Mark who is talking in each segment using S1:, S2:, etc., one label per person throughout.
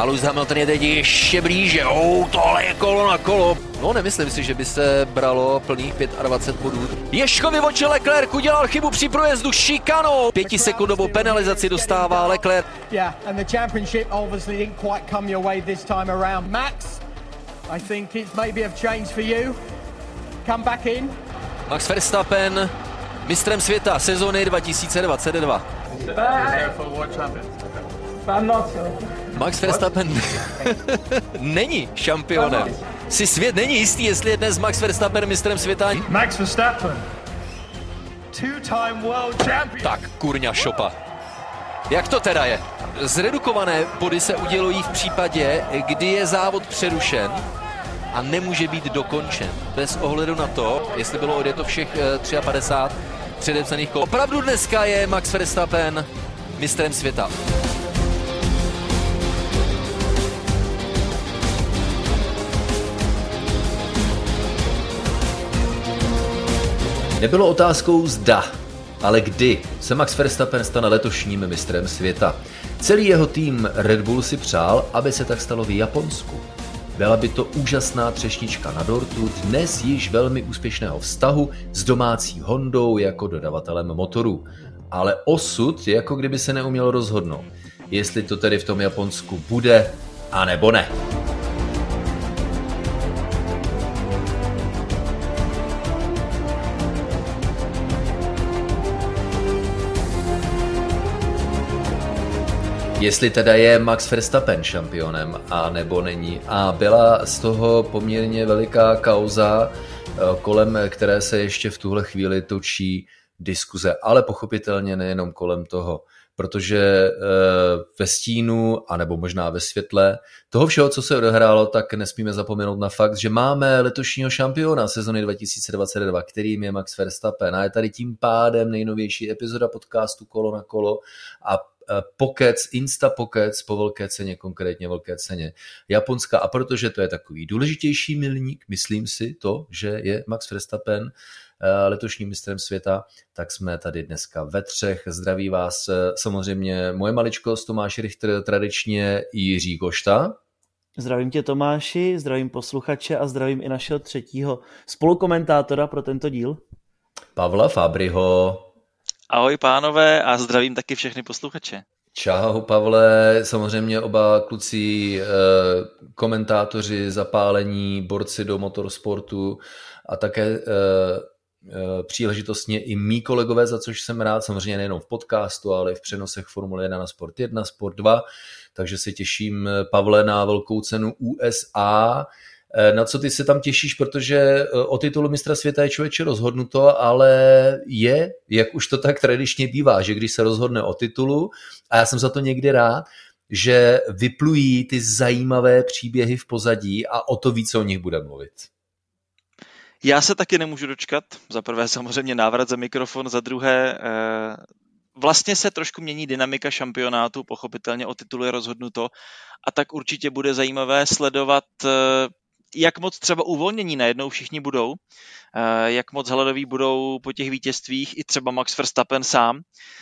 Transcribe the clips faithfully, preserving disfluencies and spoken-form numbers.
S1: Lewis Hamilton je teď ještě blíže, oh, tohle je kolo na kolo. No, nemyslím si, že by se bralo plných dvacet pět bodů. Ježko vyvočil Leclerc, udělal chybu při průjezdu šikanou. Pětisekundovou penalizaci dostává Leclerc.
S2: Yeah, and the championship obviously didn't quite come your way this time around. Max, I think it's maybe a change for you. Come back in.
S1: Max Verstappen, mistrem světa sezony dva tisíce dvacet dva. Max Verstappen není šampionem. Si svět není jistý, jestli je dnes Max Verstappen mistrem světa.
S2: Max Verstappen, two-time world champion.
S1: Tak, kurňa šopa. Jak to teda je? Zredukované body se udělují v případě, kdy je závod přerušen a nemůže být dokončen. Bez ohledu na to, jestli bylo odjeto všech padesát tři předepsaných kol. Opravdu dneska je Max Verstappen mistrem světa.
S3: Nebylo otázkou zda, ale kdy se Max Verstappen stane letošním mistrem světa. Celý jeho tým Red Bull si přál, aby se tak stalo v Japonsku. Byla by to úžasná třešnička na dortu dnes již velmi úspěšného vztahu s domácí Hondou jako dodavatelem motorů. Ale osud jako kdyby se neuměl rozhodnout, jestli to tedy v tom Japonsku bude, a nebo ne. Jestli teda je Max Verstappen šampionem, a nebo není. A byla z toho poměrně veliká kauza, kolem které se ještě v tuhle chvíli točí diskuze, ale pochopitelně nejenom kolem toho, protože ve stínu, anebo možná ve světle toho všeho, co se odehrálo, tak nesmíme zapomenout na fakt, že máme letošního šampiona sezony dva tisíce dvacet dva, kterým je Max Verstappen, a je tady tím pádem nejnovější epizoda podcastu Kolo na kolo a pokec, insta pokec po velké ceně, konkrétně velké ceně Japonska. A protože to je takový důležitější milník, myslím si to, že je Max Verstappen letošním mistrem světa, tak jsme tady dneska ve třech. Zdraví vás samozřejmě moje maličkost Tomáš Richter, tradičně Jiří Košta.
S4: Zdravím tě, Tomáši, zdravím posluchače a zdravím i našeho třetího spolukomentátora pro tento díl,
S3: Pavla Fabriho.
S5: Ahoj pánové a zdravím taky všechny posluchače.
S3: Čau Pavle, samozřejmě oba kluci komentátoři, zapálení, borci do motorsportu a také příležitostně i mý kolegové, za což jsem rád, samozřejmě nejenom v podcastu, ale i v přenosech Formule jedna na Sport jedna, Sport dva, takže se těším, Pavle, na velkou cenu U S A. Na co ty se tam těšíš, protože o titulu mistra světa je člověče rozhodnuto, ale je, jak už to tak tradičně bývá, že když se rozhodne o titulu, a já jsem za to někdy rád, že vyplují ty zajímavé příběhy v pozadí a o to více o nich bude mluvit.
S5: Já se taky nemůžu dočkat. Za prvé samozřejmě návrat za mikrofon, za druhé eh, vlastně se trošku mění dynamika šampionátu, pochopitelně o titulu je rozhodnuto a tak určitě bude zajímavé sledovat, eh, jak moc třeba uvolnění najednou všichni budou, eh, jak moc hladoví budou po těch vítězstvích i třeba Max Verstappen sám.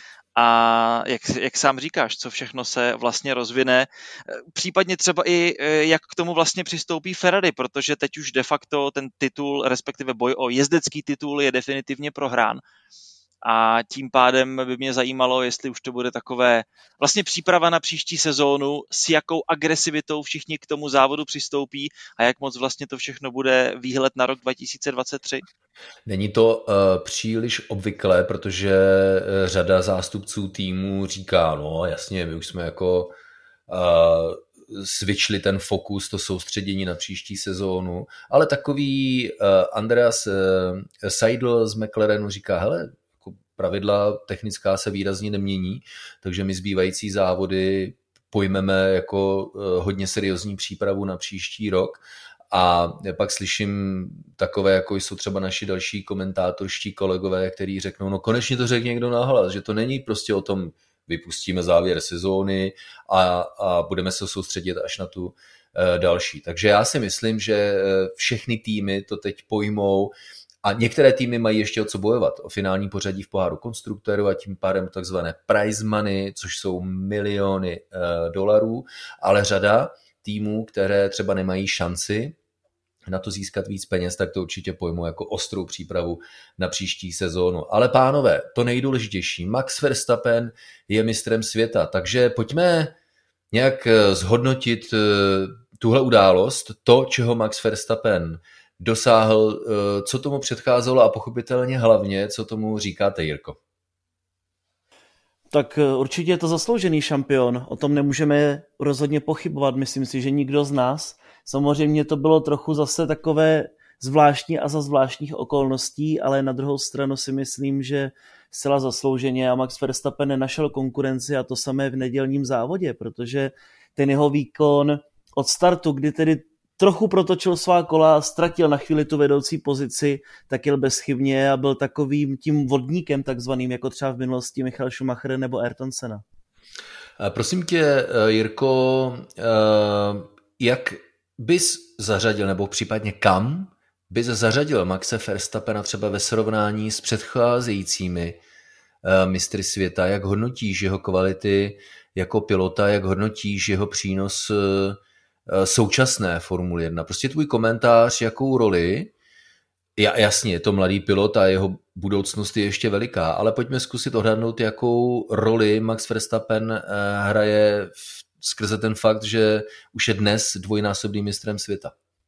S5: A jak, jak sám říkáš, co všechno se vlastně rozvine, případně třeba i jak k tomu vlastně přistoupí Ferrari, protože teď už de facto ten titul, respektive boj o jezdecký titul je definitivně prohrán. A tím pádem by mě zajímalo, jestli už to bude takové vlastně příprava na příští sezónu, s jakou agresivitou všichni k tomu závodu přistoupí a jak moc vlastně to všechno bude výhled na rok dva tisíce dvacet tři.
S3: Není to uh, příliš obvyklé, protože uh, řada zástupců týmu říká, no jasně, my už jsme jako uh, switchli ten fokus, to soustředění na příští sezónu, ale takový uh, Andreas uh, Seidl z McLarenu říká, hele, pravidla technická se výrazně nemění, takže my zbývající závody pojmeme jako hodně seriózní přípravu na příští rok. A pak slyším takové, jako jsou třeba naši další komentátorští kolegové, kteří řeknou, no konečně to řekne někdo nahlas, že to není prostě o tom, vypustíme závěr sezóny a, a budeme se soustředit až na tu uh, další. Takže já si myslím, že všechny týmy to teď pojmou A některé týmy mají ještě o co bojovat. O finální pořadí v poháru konstruktorů a tím pádem takzvané prize money, což jsou miliony uh, dolarů, ale řada týmů, které třeba nemají šanci na to získat víc peněz, tak to určitě pojmu jako ostrou přípravu na příští sezónu. Ale pánové, to nejdůležitější. Max Verstappen je mistrem světa, takže pojďme nějak zhodnotit tuhle událost, to, čeho Max Verstappen dosáhl, co tomu předcházelo a pochopitelně hlavně, co tomu říkáte, Jirko.
S4: Tak určitě je to zasloužený šampion, o tom nemůžeme rozhodně pochybovat, myslím si, že nikdo z nás. Samozřejmě to bylo trochu zase takové zvláštní a za zvláštních okolností, ale na druhou stranu si myslím, že zcela zaslouženě a Max Verstappen nenašel konkurenci a to samé v nedělním závodě, protože ten jeho výkon od startu, kdy tedy trochu protočil svá kola a ztratil na chvíli tu vedoucí pozici, tak jel bezchybně a byl takovým tím vodníkem takzvaným, jako třeba v minulosti Michael Schumacher nebo Ayrton Senna.
S3: Prosím tě, Jirko, jak bys zařadil, nebo případně kam bys zařadil Maxe Verstappena třeba ve srovnání s předcházejícími mistry světa? Jak hodnotíš jeho kvality jako pilota, jak hodnotíš jeho přínos současné Formule jedna? Prostě tvůj komentář, jakou roli, jasně, je to mladý pilot a jeho budoucnost je ještě veliká, ale pojďme zkusit odhadnout, jakou roli Max Verstappen hraje v skrze ten fakt, že už je dnes dvojnásobným mistrem světa.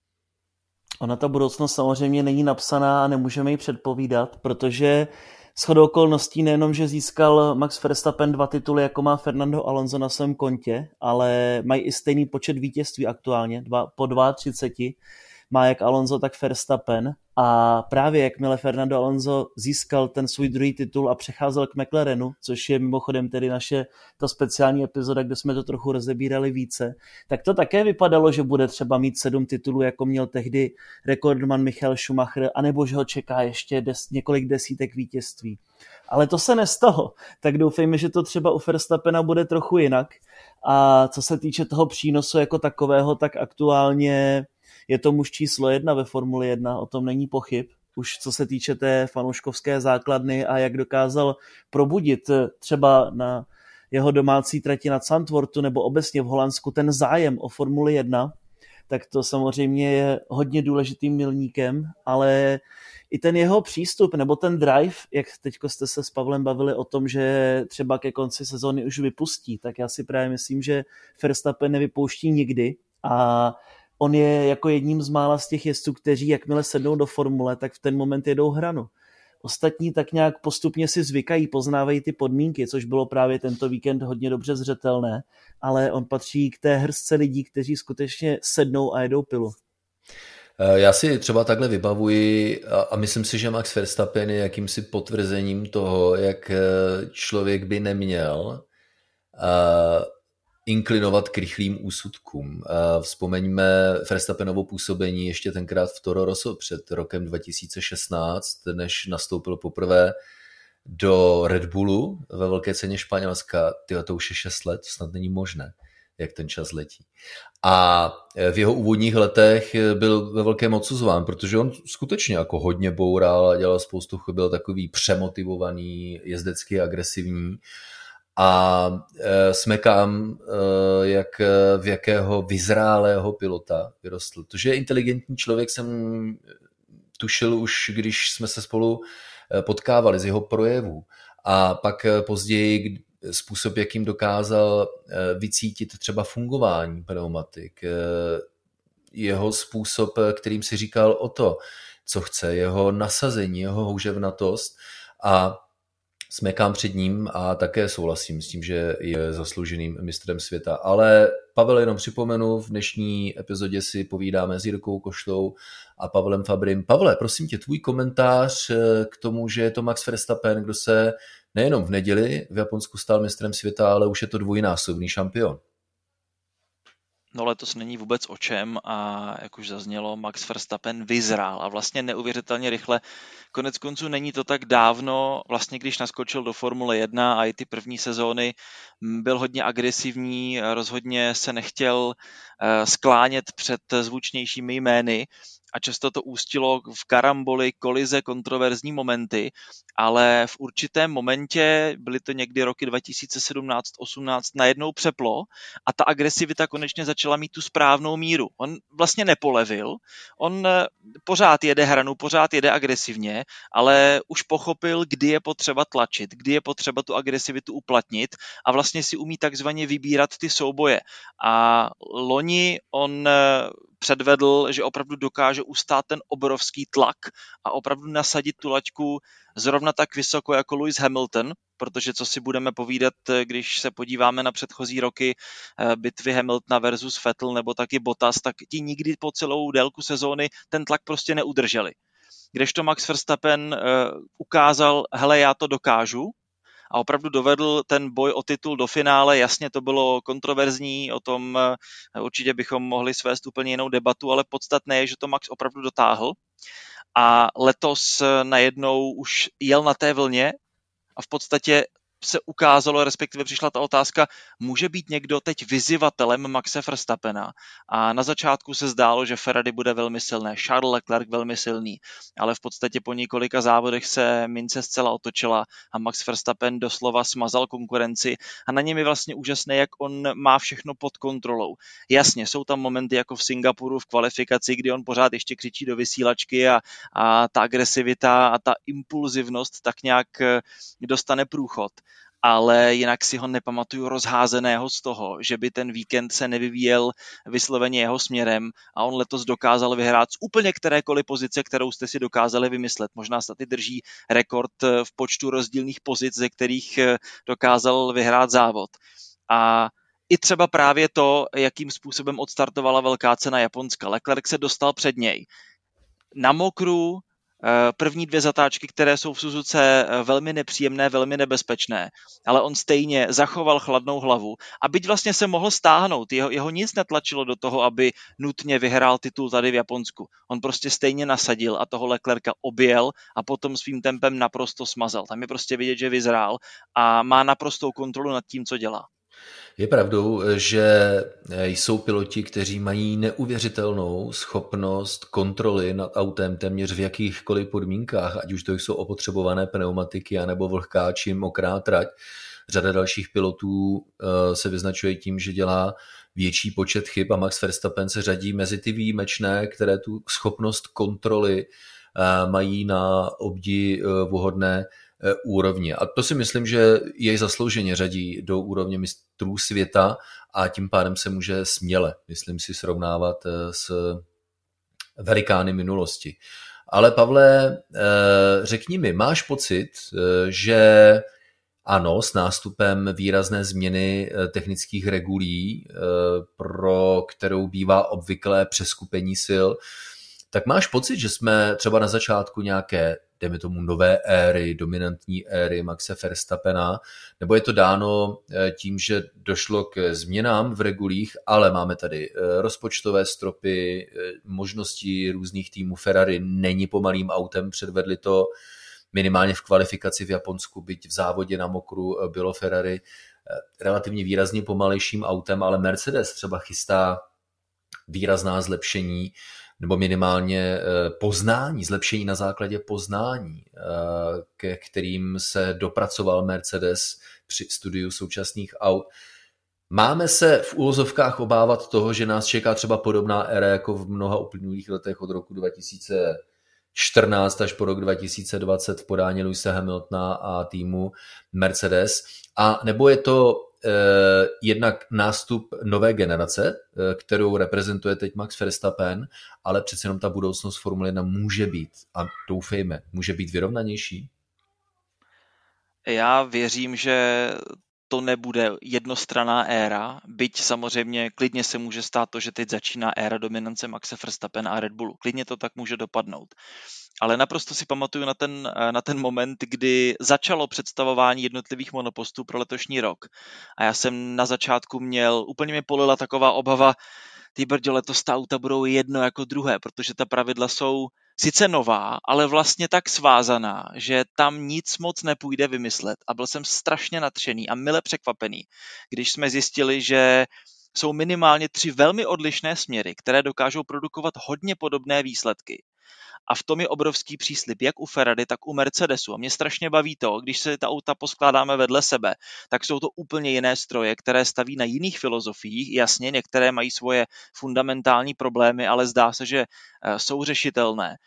S4: Ona ta budoucnost samozřejmě není napsaná a nemůžeme ji předpovídat, protože shodou okolností nejenom, že získal Max Verstappen dva tituly, jako má Fernando Alonso na svém kontě, ale mají i stejný počet vítězství aktuálně, dva, po třicet dva má jak Alonso, tak Verstappen. A právě jakmile Fernando Alonso získal ten svůj druhý titul a přecházel k McLarenu, což je mimochodem tedy naše ta speciální epizoda, kde jsme to trochu rozebírali více, tak to také vypadalo, že bude třeba mít sedm titulů, jako měl tehdy rekordman Michael Schumacher, anebo že ho čeká ještě des, několik desítek vítězství. Ale to se nestalo, tak doufejme, že to třeba u Verstappena bude trochu jinak. A co se týče toho přínosu jako takového, tak aktuálně je to muž číslo jedna ve Formuli jedna, o tom není pochyb. Už co se týče té fanouškovské základny a jak dokázal probudit třeba na jeho domácí trati na Zandvoortu nebo obecně v Holandsku ten zájem o Formuli jedna, tak to samozřejmě je hodně důležitým milníkem, ale i ten jeho přístup nebo ten drive, jak teďko jste se s Pavlem bavili o tom, že třeba ke konci sezóny už vypustí, tak já si právě myslím, že Verstappen nevypouští nikdy a on je jako jedním z mála z těch jezdců, kteří jakmile sednou do formule, tak v ten moment jedou hranu. Ostatní tak nějak postupně si zvykají, poznávají ty podmínky, což bylo právě tento víkend hodně dobře zřetelné, ale on patří k té hrstce lidí, kteří skutečně sednou a jedou pilu.
S3: Já si třeba takhle vybavuji a myslím si, že Max Verstappen je jakýmsi potvrzením toho, jak člověk by neměl inklinovat k rychlým úsudkům. Vzpomeňme Verstappenovo působení ještě tenkrát v Toro Rosso před rokem dva tisíce šestnáct, než nastoupil poprvé do Red Bullu ve velké ceně Španělska. Tyjo, to už je šest let, to snad není možné, jak ten čas letí. A v jeho úvodních letech byl ve velkém odsuzován, protože on skutečně jako hodně boural a dělal spoustu chyb, byl takový přemotivovaný, jezdecky agresivní. A e, smekám, e, jak v jakého vyzrálého pilota vyrostl. To, že je inteligentní člověk, jsem tušil už, když jsme se spolu potkávali z jeho projevů. A pak později způsob, jakým dokázal vycítit třeba fungování pneumatik, jeho způsob, kterým si říkal o to, co chce, jeho nasazení, jeho houževnatost a smekám před ním a také souhlasím s tím, že je zaslouženým mistrem světa. Ale Pavel, jenom připomenu, v dnešní epizodě si povídáme s Jirkou Koštou a Pavlem Fabrym. Pavle, prosím tě, tvůj komentář k tomu, že je to Max Verstappen, kdo se nejenom v neděli v Japonsku stal mistrem světa, ale už je to dvojnásobný šampion.
S5: No letos není vůbec o čem a jak už zaznělo, Max Verstappen vyzrál a vlastně neuvěřitelně rychle. Konec konců není to tak dávno, vlastně když naskočil do Formule jedna a i ty první sezóny byl hodně agresivní, rozhodně se nechtěl sklánět před zvučnějšími jmény a často to ústilo v karamboly, kolize, kontroverzní momenty, ale v určitém momentě, byly to někdy roky dva tisíce sedmnáct osmnáct, najednou přeplo a ta agresivita konečně začala mít tu správnou míru. On vlastně nepolevil, on pořád jede hranu, pořád jede agresivně, ale už pochopil, kdy je potřeba tlačit, kdy je potřeba tu agresivitu uplatnit a vlastně si umí takzvaně vybírat ty souboje. A loni on předvedl, že opravdu dokáže ustát ten obrovský tlak a opravdu nasadit tu laťku zrovna tak vysoko jako Lewis Hamilton, protože co si budeme povídat, když se podíváme na předchozí roky bitvy Hamiltona versus Vettel nebo taky Bottas, tak ti nikdy po celou délku sezóny ten tlak prostě neudrželi. Kdežto Max Verstappen ukázal, hele, já to dokážu, a opravdu dovedl ten boj o titul do finále. Jasně to bylo kontroverzní, o tom určitě bychom mohli svést úplně jinou debatu, ale podstatné je, že to Max opravdu dotáhl a letos najednou už jel na té vlně a v podstatě se ukázalo, respektive přišla ta otázka, může být někdo teď vyzývatelem Maxe Verstappena. A na začátku se zdálo, že Ferrari bude velmi silné, Charles Leclerc velmi silný, ale v podstatě po několika závodech se mince zcela otočila a Max Verstappen doslova smazal konkurenci a na něm je vlastně úžasné, jak on má všechno pod kontrolou. Jasně, jsou tam momenty jako v Singapuru v kvalifikaci, kdy on pořád ještě křičí do vysílačky a, a ta agresivita a ta impulzivnost tak nějak dostane průchod. Ale jinak si ho nepamatuju rozházeného z toho, že by ten víkend se nevyvíjel vysloveně jeho směrem a on letos dokázal vyhrát z úplně kterékoliv pozice, kterou jste si dokázali vymyslet. Možná snad drží rekord v počtu rozdílných pozic, ze kterých dokázal vyhrát závod. A i třeba právě to, jakým způsobem odstartovala velká cena Japonska. Leclerc se dostal před něj. Na mokru, první dvě zatáčky, které jsou v Suzuce velmi nepříjemné, velmi nebezpečné, ale on stejně zachoval chladnou hlavu a byť vlastně se mohl stáhnout, jeho, jeho nic netlačilo do toho, aby nutně vyhrál titul tady v Japonsku. On prostě stejně nasadil a toho Leclerca objel a potom svým tempem naprosto smazal. Tam je prostě vidět, že vyzrál a má naprostou kontrolu nad tím, co dělá.
S3: Je pravdou, že jsou piloti, kteří mají neuvěřitelnou schopnost kontroly nad autem téměř v jakýchkoliv podmínkách, ať už to jsou opotřebované pneumatiky anebo vlhká či mokrá trať. Řada dalších pilotů se vyznačuje tím, že dělá větší počet chyb a Max Verstappen se řadí mezi ty výjimečné, které tu schopnost kontroly mají na obdivuhodné úrovni. A to si myslím, že jej zaslouženě řadí do úrovně mistrů světa a tím pádem se může směle, myslím si, srovnávat s velikány minulosti. Ale Pavle, řekni mi, máš pocit, že ano, s nástupem výrazné změny technických regulí, pro kterou bývá obvyklé přeskupení sil, tak máš pocit, že jsme třeba na začátku nějaké, dejme tomu, nové éry, dominantní éry Maxe Verstappena, nebo je to dáno tím, že došlo k změnám v regulích, ale máme tady rozpočtové stropy, možnosti různých týmů. Ferrari není pomalým autem, předvedli to minimálně v kvalifikaci v Japonsku, byť v závodě na mokru bylo Ferrari relativně výrazně pomalejším autem, ale Mercedes třeba chystá výrazná zlepšení, nebo minimálně poznání, zlepšení na základě poznání, ke kterým se dopracoval Mercedes při studiu současných aut. Máme se v úvozovkách obávat toho, že nás čeká třeba podobná éra jako v mnoha uplynulých letech od roku dva tisíce čtrnáct až po rok dva tisíce dvacet v podání Lewise Hamiltona a týmu Mercedes, a nebo je to eh, jednak nástup nové generace, eh, kterou reprezentuje teď Max Verstappen, ale přece jenom ta budoucnost Formule jedna může být, a doufejme, může být vyrovnanější?
S5: Já věřím, že to nebude jednostranná éra, byť samozřejmě klidně se může stát to, že teď začíná éra dominance Maxe Verstappena a Red Bullu. Klidně to tak může dopadnout. Ale naprosto si pamatuju na ten, na ten moment, kdy začalo představování jednotlivých monopostů pro letošní rok. A já jsem na začátku měl, úplně mě polila taková obava, ty brďo, letos ta auta budou jedno jako druhé, protože ta pravidla jsou sice nová, ale vlastně tak svázaná, že tam nic moc nepůjde vymyslet. A byl jsem strašně nadšený a mile překvapený, když jsme zjistili, že jsou minimálně tři velmi odlišné směry, které dokážou produkovat hodně podobné výsledky. A v tom je obrovský příslib, jak u Ferrari, tak u Mercedesu. A mě strašně baví to, když se ta auta poskládáme vedle sebe, tak jsou to úplně jiné stroje, které staví na jiných filozofiích. Jasně, některé mají svoje fundamentální problémy, ale zdá se, že jsou řešitelné.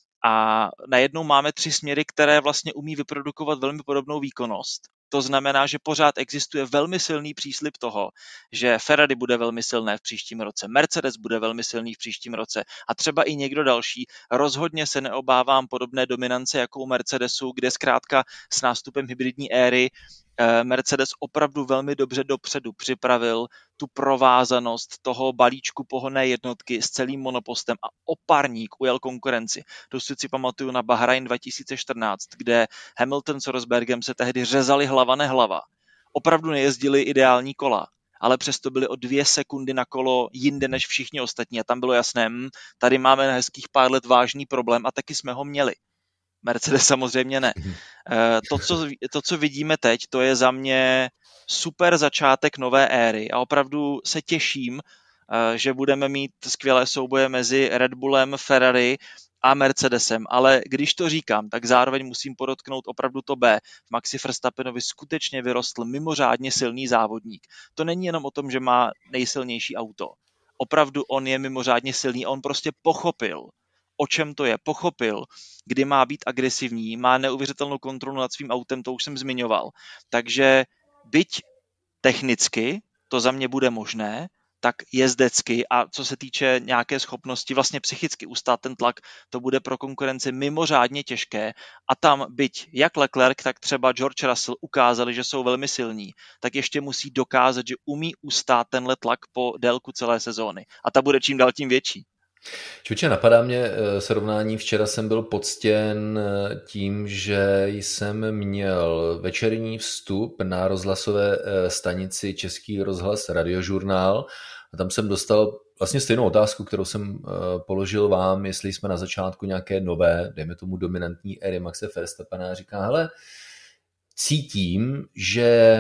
S5: A najednou máme tři směry, které vlastně umí vyprodukovat velmi podobnou výkonnost. To znamená, že pořád existuje velmi silný příslib toho, že Ferrari bude velmi silné v příštím roce, Mercedes bude velmi silný v příštím roce a třeba i někdo další. Rozhodně se neobávám podobné dominance jako u Mercedesu, kde zkrátka s nástupem hybridní éry Mercedes opravdu velmi dobře dopředu připravil tu provázanost toho balíčku pohonné jednotky s celým monopostem a o parník ujel konkurenci. Dosud si pamatuju na Bahrain dva tisíce čtrnáct, kde Hamilton s Rosbergem se tehdy řezali hlava nehlava. Opravdu nejezdili ideální kola, ale přesto byli o dvě sekundy na kolo jinde než všichni ostatní a tam bylo jasné, hm, tady máme na hezkých pár let vážný problém a taky jsme ho měli. Mercedes samozřejmě ne. To co, to, co vidíme teď, to je za mě super začátek nové éry a opravdu se těším, že budeme mít skvělé souboje mezi Red Bullem, Ferrari a Mercedesem, ale když to říkám, tak zároveň musím podotknout opravdu to B. V Maxi Verstappenovi skutečně vyrostl mimořádně silný závodník. To není jenom o tom, že má nejsilnější auto. Opravdu on je mimořádně silný a on prostě pochopil, o čem to je, pochopil, kdy má být agresivní, má neuvěřitelnou kontrolu nad svým autem, to už jsem zmiňoval. Takže byť technicky to za mě bude možné, tak jezdecky a co se týče nějaké schopnosti vlastně psychicky ustát ten tlak, to bude pro konkurenci mimořádně těžké a tam byť jak Leclerc, tak třeba George Russell ukázali, že jsou velmi silní, tak ještě musí dokázat, že umí ustát tenhle tlak po délku celé sezóny a ta bude čím dál tím větší.
S3: Čuče, napadá mě srovnání, včera jsem byl poctěn tím, že jsem měl večerní vstup na rozhlasové stanici Český rozhlas Radiožurnál a tam jsem dostal vlastně stejnou otázku, kterou jsem položil vám, jestli jsme na začátku nějaké nové, dejme tomu dominantní éry Maxe Verstappena a říká, hele, cítím, že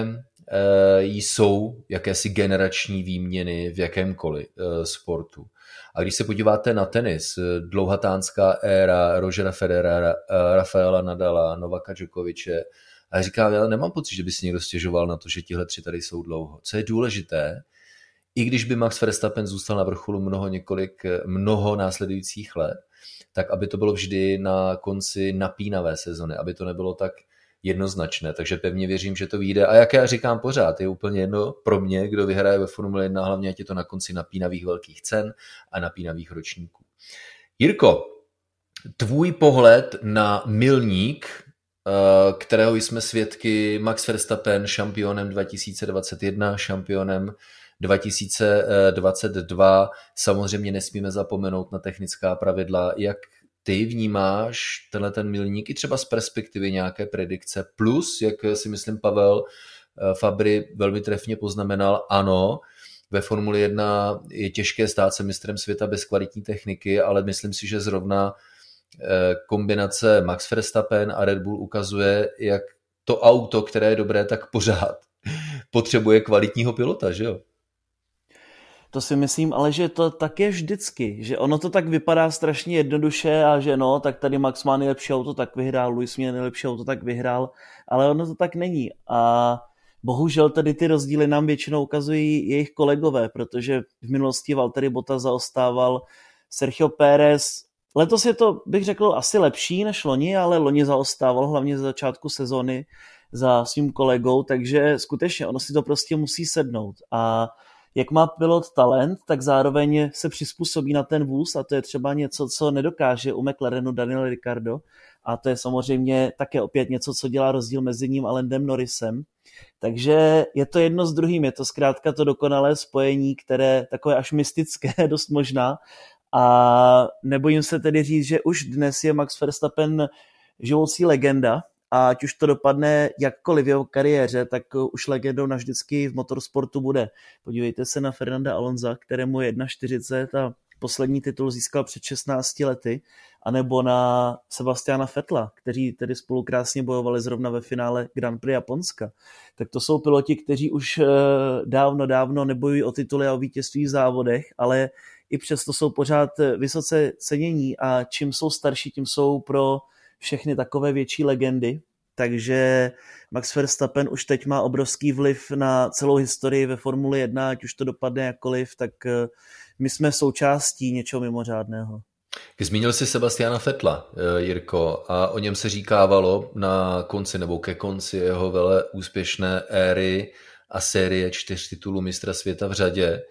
S3: jsou jakési generační výměny v jakémkoliv sportu. A když se podíváte na tenis, dlouhatánská éra Rogera Federera, Rafaela Nadala, Novaka Djokoviče, a říká, já nemám pocit, že by si někdo stěžoval na to, že tihle tři tady jsou dlouho. Co je důležité, i když by Max Verstappen zůstal na vrcholu mnoho, několik, mnoho následujících let, tak aby to bylo vždy na konci napínavé sezony, aby to nebylo tak jednoznačné, takže pevně věřím, že to vyjde. A jak já říkám pořád, je úplně jedno pro mě, kdo vyhraje ve Formule jedna, hlavně ať je to na konci napínavých velkých cen a napínavých ročníků. Jirko, tvůj pohled na milník, kterého jsme svědky, Max Verstappen šampionem dva tisíce dvacet jedna, šampionem dva tisíce dvacet dva, samozřejmě nesmíme zapomenout na technická pravidla, jak ty vnímáš tenhle ten milník i třeba z perspektivy nějaké predikce, plus, jak si myslím Pavel Fabry velmi trefně poznamenal, ano, ve Formuli jedna je těžké stát se mistrem světa bez kvalitní techniky, ale myslím si, že zrovna kombinace Max Verstappen a Red Bull ukazuje, jak to auto, které je dobré, tak pořád potřebuje kvalitního pilota, že jo?
S4: To si myslím, ale že to tak je vždycky, že ono to tak vypadá strašně jednoduše a že no, tak tady Max má nejlepší auto, tak vyhrál, Lewis měl nejlepší auto, tak vyhrál, ale ono to tak není a bohužel tady ty rozdíly nám většinou ukazují jejich kolegové, protože v minulosti Valtteri Bottas zaostával, Sergio Pérez, letos je to, bych řekl, asi lepší než loni, ale loni zaostával hlavně za začátku sezony za svým kolegou, takže skutečně ono si to prostě musí sednout a jak má pilot talent, tak zároveň se přizpůsobí na ten vůz a to je třeba něco, co nedokáže u McLarenu Daniel Ricciardo a to je samozřejmě také opět něco, co dělá rozdíl mezi ním a Landem Norrisem. Takže je to jedno s druhým, je to zkrátka to dokonalé spojení, které takové až mystické dost možná a nebojím se tedy říct, že už dnes je Max Verstappen živoucí legenda, a ať už to dopadne jakkoliv v jeho kariéře, tak už legendou navždycky v motorsportu bude. Podívejte se na Fernanda Alonsa, kterému je čtyřicet jedna a poslední titul získal před šestnácti lety, anebo na Sebastiana Vettela, kteří tedy spolu krásně bojovali zrovna ve finále Grand Prix Japonska. Tak to jsou piloti, kteří už dávno, dávno nebojují o tituly a o vítězství v závodech, ale i přesto jsou pořád vysoce cenění a čím jsou starší, tím jsou pro všechny takové větší legendy. Takže Max Verstappen už teď má obrovský vliv na celou historii ve Formuli jedna, ať už to dopadne jakkoliv, tak my jsme součástí něčeho mimořádného.
S3: Zmínil jsi Sebastiana Vettela, Jirko, a o něm se říkávalo na konci nebo ke konci jeho vele úspěšné éry a série čtyř titulů mistra světa v řadě.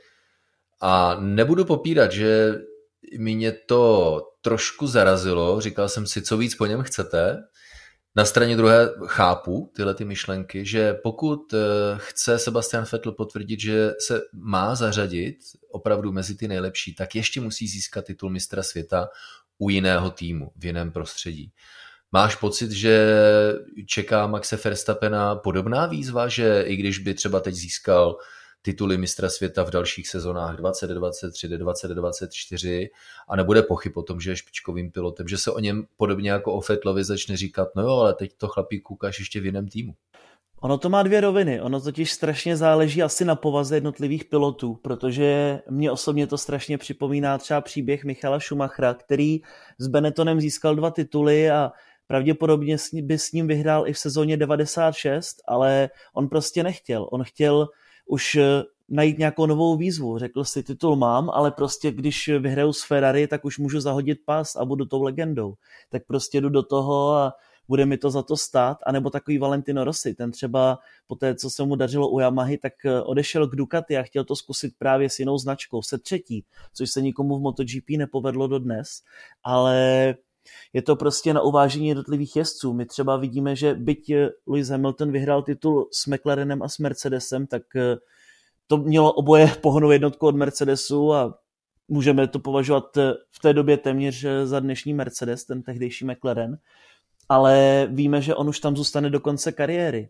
S3: A nebudu popírat, že mě to trošku zarazilo, říkal jsem si, co víc po něm chcete. Na straně druhé chápu tyhle ty myšlenky, že pokud chce Sebastian Vettel potvrdit, že se má zařadit opravdu mezi ty nejlepší, tak ještě musí získat titul mistra světa u jiného týmu, v jiném prostředí. Máš pocit, že čeká Maxe Verstappena podobná výzva, že i když by třeba teď získal tituly mistra světa v dalších sezonách dvacet dvacet tři, dvacet dvacet čtyři a nebude pochyb o tom, že je špičkovým pilotem, že se o něm podobně jako o Vettelovi začne říkat, no jo, ale teď to chlapík ukáž ještě v jiném týmu.
S4: Ono to má dvě roviny, ono totiž strašně záleží asi na povaze jednotlivých pilotů, protože mě osobně to strašně připomíná třeba příběh Michaela Schumachera, který s Benettonem získal dva tituly a pravděpodobně by s ním vyhrál i v sezóně devadesát šest, ale on prostě nechtěl, on chtěl už najít nějakou novou výzvu. Řekl si, titul mám, ale prostě když vyhraju s Ferrari, tak už můžu zahodit pas a budu tou legendou. Tak prostě jdu do toho a bude mi to za to stát. A nebo takový Valentino Rossi, ten třeba po té, co se mu dařilo u Yamahy, tak odešel k Ducati a chtěl to zkusit právě s jinou značkou, se třetí, což se nikomu v MotoGP nepovedlo dodnes. Ale je to prostě na uvážení jednotlivých jezdců. My třeba vidíme, že byť Lewis Hamilton vyhrál titul s McLarenem a s Mercedesem, tak to mělo oboje pohonnou jednotku od Mercedesu a můžeme to považovat v té době téměř za dnešní Mercedes, ten tehdejší McLaren, ale víme, že on už tam zůstane do konce kariéry.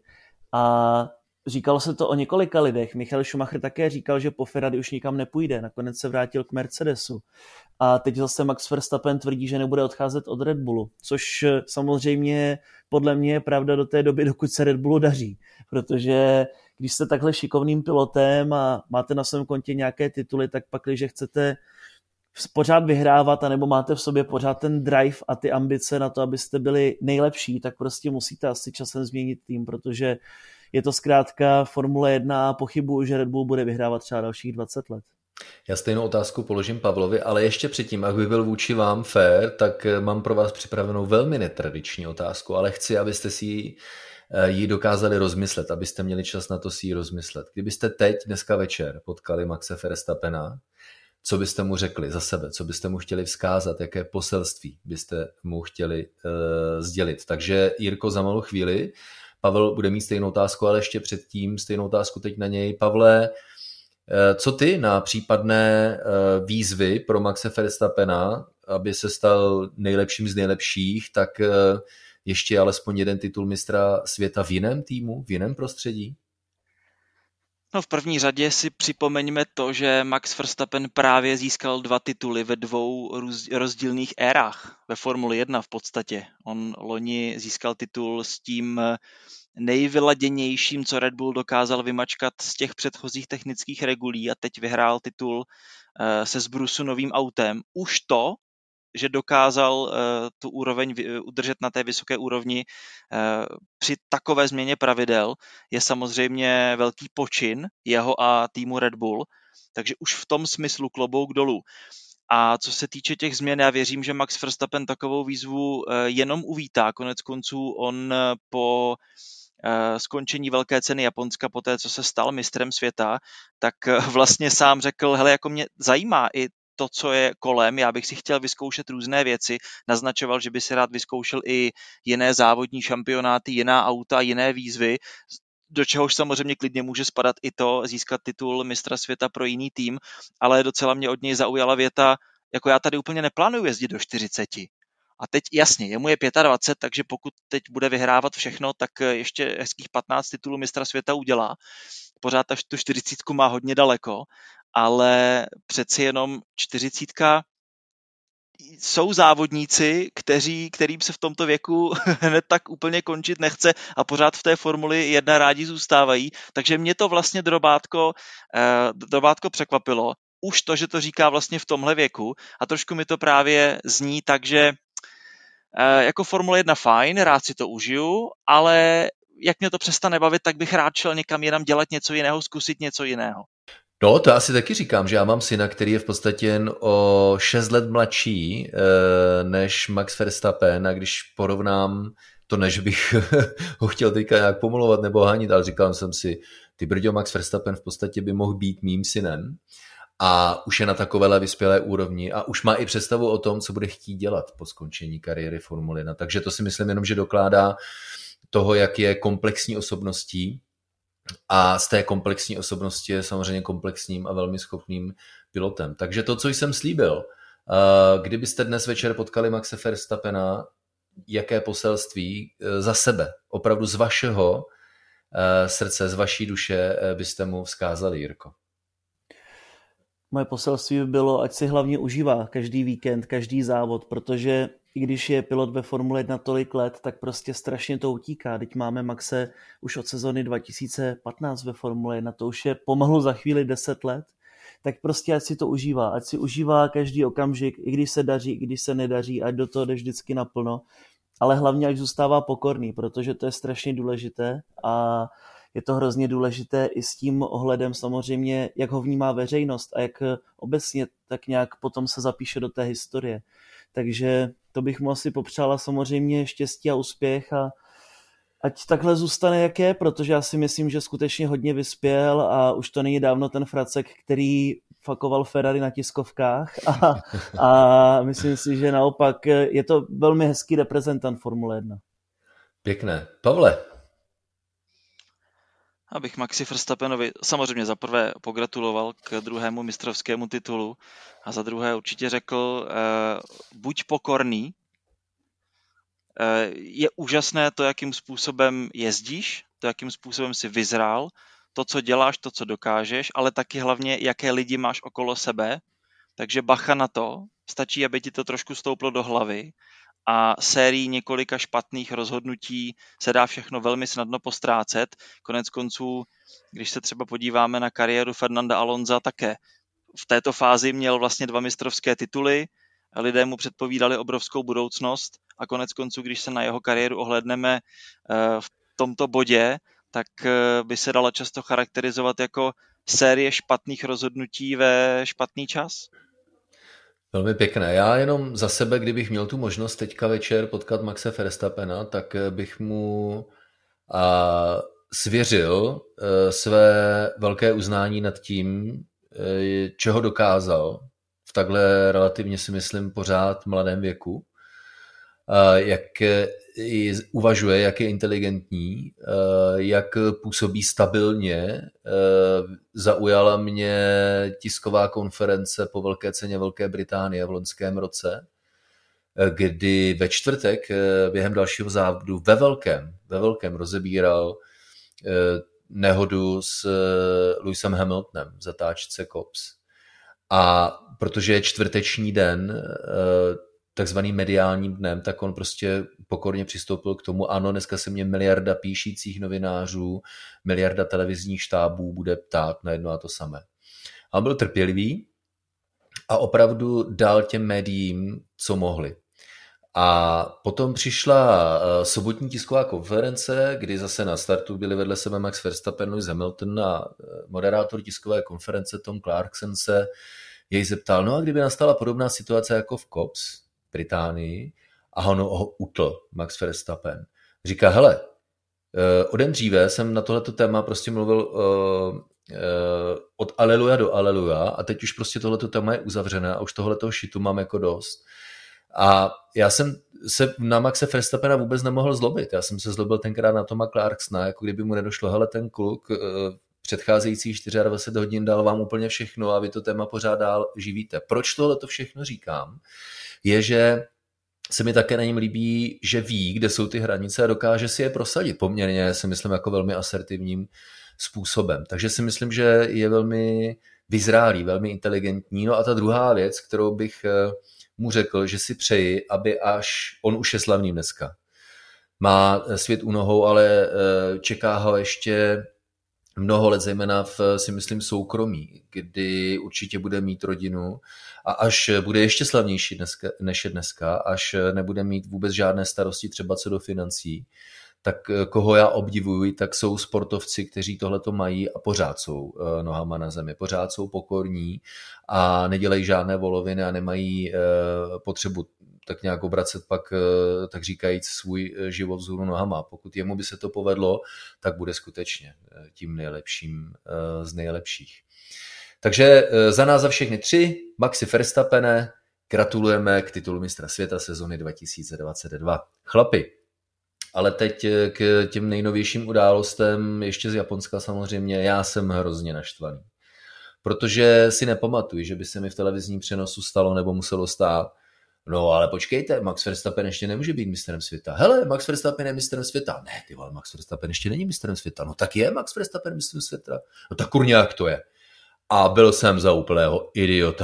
S4: A říkalo se to o několika lidech. Michael Schumacher také říkal, že po Ferrari už nikam nepůjde. Nakonec se vrátil k Mercedesu. A teď zase Max Verstappen tvrdí, že nebude odcházet od Red Bullu, což samozřejmě podle mě je pravda do té doby, dokud se Red Bullu daří. Protože když jste takhle šikovným pilotem a máte na svém kontě nějaké tituly, tak pak, když chcete pořád vyhrávat, anebo máte v sobě pořád ten drive a ty ambice na to, abyste byli nejlepší, tak prostě musíte asi časem změnit tým, protože je to zkrátka Formule jedna a pochybuju, že Red Bull bude vyhrávat třeba dalších dvacet let.
S3: Já stejnou otázku položím Pavlovi, ale ještě předtím, aby byl vůči vám fair, tak mám pro vás připravenou velmi netradiční otázku, ale chci, abyste si ji, ji dokázali rozmyslet, abyste měli čas na to si ji rozmyslet. Kdybyste teď, dneska večer, potkali Maxe Verstappena, co byste mu řekli za sebe, co byste mu chtěli vzkázat, jaké poselství byste mu chtěli uh, sdělit. Takže Jirko, za malou chvíli, Pavel bude mít stejnou otázku, ale ještě předtím stejnou otázku teď na něj. Pavle, co ty na případné výzvy pro Maxe Verstappena, aby se stal nejlepším z nejlepších, tak ještě alespoň jeden titul mistra světa v jiném týmu, v jiném prostředí?
S5: No v první řadě si připomeňme to, že Max Verstappen právě získal dva tituly ve dvou rozdílných érách ve Formuli jedna v podstatě. On loni získal titul s tím nejvyladěnějším, co Red Bull dokázal vymačkat z těch předchozích technických regulí a teď vyhrál titul se zbrusu novým autem. Už to, že dokázal tu úroveň udržet na té vysoké úrovni při takové změně pravidel, je samozřejmě velký počin jeho a týmu Red Bull, takže už v tom smyslu klobouk dolů. A co se týče těch změn, já věřím, že Max Verstappen takovou výzvu jenom uvítá. Konec konců on po skončení velké ceny Japonska, po té, co se stal mistrem světa, tak vlastně sám řekl, hele, jako mě zajímá i to, co je kolem, já bych si chtěl vyzkoušet různé věci, naznačoval, že by si rád vyzkoušel i jiné závodní šampionáty, jiná auta, jiné výzvy, do čehož samozřejmě klidně může spadat i to získat titul mistra světa pro jiný tým, ale docela mě od něj zaujala věta, jako já tady úplně neplánuju jezdit do čtyřiceti. A teď jasně, je mu je dvacet pět, takže pokud teď bude vyhrávat všechno, tak ještě hezkých patnáct titulů mistra světa udělá. Pořád až tu čtyřicítku má hodně daleko, ale přeci jenom čtyřicítka jsou závodníci, kteří, kterým se v tomto věku hned tak úplně končit nechce a pořád v té Formuli jedna rádi zůstávají, takže mě to vlastně drobátko, eh, drobátko překvapilo. Už to, že to říká vlastně v tomhle věku a trošku mi to právě zní tak, že eh, jako Formule jedna fajn, rád si to užiju, ale jak mě to přestane bavit, tak bych rád šel někam jinam dělat něco jiného, zkusit něco jiného.
S3: No, to asi taky říkám, že já mám syna, který je v podstatě jen o šest let mladší než Max Verstappen a když porovnám to, než bych ho chtěl teďka nějak pomluvovat nebo hanit, ale říkal jsem si, ty brďo, Max Verstappen v podstatě by mohl být mým synem a už je na takovéhle vyspělé úrovni a už má i představu o tom, co bude chtít dělat po skončení kariéry Formule jedna. Takže to si myslím jenom, že dokládá toho, jak je komplexní osobností a z té komplexní osobnosti je samozřejmě komplexním a velmi schopným pilotem. Takže to, co jsem slíbil, kdybyste dnes večer potkali Maxe Verstappena, jaké poselství za sebe, opravdu z vašeho srdce, z vaší duše byste mu vzkázali, Jirko?
S4: Moje poselství by bylo, ať si hlavně užívá každý víkend, každý závod, protože i když je pilot ve Formule jedna tolik let, tak prostě strašně to utíká. Teď máme Maxe už od sezony dva tisíce patnáct ve Formule jedna, to už je pomalu za chvíli deset let, tak prostě ať si to užívá, ať si užívá každý okamžik, i když se daří, i když se nedaří, ať do toho jde vždycky naplno, ale hlavně ať zůstává pokorný, protože to je strašně důležité a je to hrozně důležité i s tím ohledem samozřejmě, jak ho vnímá veřejnost a jak obecně tak nějak potom se zapíše do té historie. Takže to bych mu asi popřála samozřejmě štěstí a úspěch a ať takhle zůstane, jak je, protože já si myslím, že skutečně hodně vyspěl a už to není dávno ten fracek, který fakoval Ferrari na tiskovkách a, a myslím si, že naopak je to velmi hezký reprezentant Formule jedna.
S3: Pěkné. Pavle?
S5: Abych Maxi Verstappenovi samozřejmě za prvé pogratuloval k druhému mistrovskému titulu a za druhé určitě řekl, eh, buď pokorný, eh, je úžasné to, jakým způsobem jezdíš, to, jakým způsobem si vyzrál, to, co děláš, to, co dokážeš, ale taky hlavně, jaké lidi máš okolo sebe, takže bacha na to, stačí, aby ti to trošku stouplo do hlavy a sérii několika špatných rozhodnutí se dá všechno velmi snadno postrácet. Konec konců, když se třeba podíváme na kariéru Fernanda Alonsa, také v této fázi měl vlastně dva mistrovské tituly, lidé mu předpovídali obrovskou budoucnost a konec konců, když se na jeho kariéru ohlédneme v tomto bodě, tak by se dala často charakterizovat jako série špatných rozhodnutí ve špatný čas.
S3: Velmi pěkné. Já jenom za sebe, kdybych měl tu možnost teďka večer potkat Maxe Verstappena, tak bych mu a, svěřil a, své velké uznání nad tím, a, čeho dokázal v takhle relativně si myslím pořád mladém věku. A, jak uvažuje, jak je inteligentní, jak působí stabilně. Zaujala mě tisková konference po Velké ceně Velké Británie v loňském roce, kdy ve čtvrtek během dalšího závodu ve velkém, ve velkém rozebíral nehodu s Lewisem Hamiltonem v zatáčce Copse. A protože je čtvrteční den, takzvaným mediálním dnem, tak on prostě pokorně přistoupil k tomu, ano, dneska se mě miliarda píšících novinářů, miliarda televizních štábů bude ptát na jedno a to samé. A on byl trpělivý a opravdu dal těm médiím, co mohli. A potom přišla sobotní tisková konference, kdy zase na startu byli vedle sebe Max Verstappen, Lewis Hamilton a moderátor tiskové konference Tom Clarkson se jej zeptal, no a kdyby nastala podobná situace jako v Copse, Británii, a on ho utl, Max Verstappen. Říká, hele, o den dříve jsem na tohleto téma prostě mluvil uh, uh, od aleluja do aleluja a teď už prostě tohleto téma je uzavřené a už tohletoho šitu mám jako dost. A já jsem se na Maxe Verstappena vůbec nemohl zlobit. Já jsem se zlobil tenkrát na Toma Clarksona, jako kdyby mu nedošlo, hele, ten kluk uh, předcházejících dvacet čtyři hodin dal vám úplně všechno a vy to téma pořád dál živíte. Proč tohleto všechno říkám? Je, že se mi také na něm líbí, že ví, kde jsou ty hranice a dokáže si je prosadit poměrně, si myslím, jako velmi asertivním způsobem. Takže si myslím, že je velmi vyzrálý, velmi inteligentní. No a ta druhá věc, kterou bych mu řekl, že si přeji, aby až, on už je slavný dneska, má svět u nohou, ale čeká ho ještě mnoho let, zejména v, si myslím, soukromí, kdy určitě bude mít rodinu a až bude ještě slavnější dneska, než je dneska, až nebude mít vůbec žádné starosti třeba co do financí, tak koho já obdivuji, tak jsou sportovci, kteří tohleto mají a pořád jsou nohama na zemi, pořád jsou pokorní a nedělají žádné voloviny a nemají potřebu tak nějak obracet pak, tak říkajíc, svůj život vzhůru nohama. Pokud jemu by se to povedlo, tak bude skutečně tím nejlepším z nejlepších. Takže za nás za všechny tři, Maxi Verstappene, gratulujeme k titulu mistra světa sezony dva tisíce dvacet dva. Chlapi, ale teď k těm nejnovějším událostem, ještě z Japonska samozřejmě, já jsem hrozně naštvaný. Protože si nepamatuji, že by se mi v televizním přenosu stalo nebo muselo stát. No ale počkejte, Max Verstappen ještě nemůže být mistrem světa. Hele, Max Verstappen je mistrem světa. Ne, ty vole, Max Verstappen ještě není mistrem světa. No tak je Max Verstappen mistrem světa. No tak kurně, jak to je. A byl jsem za úplného idiota.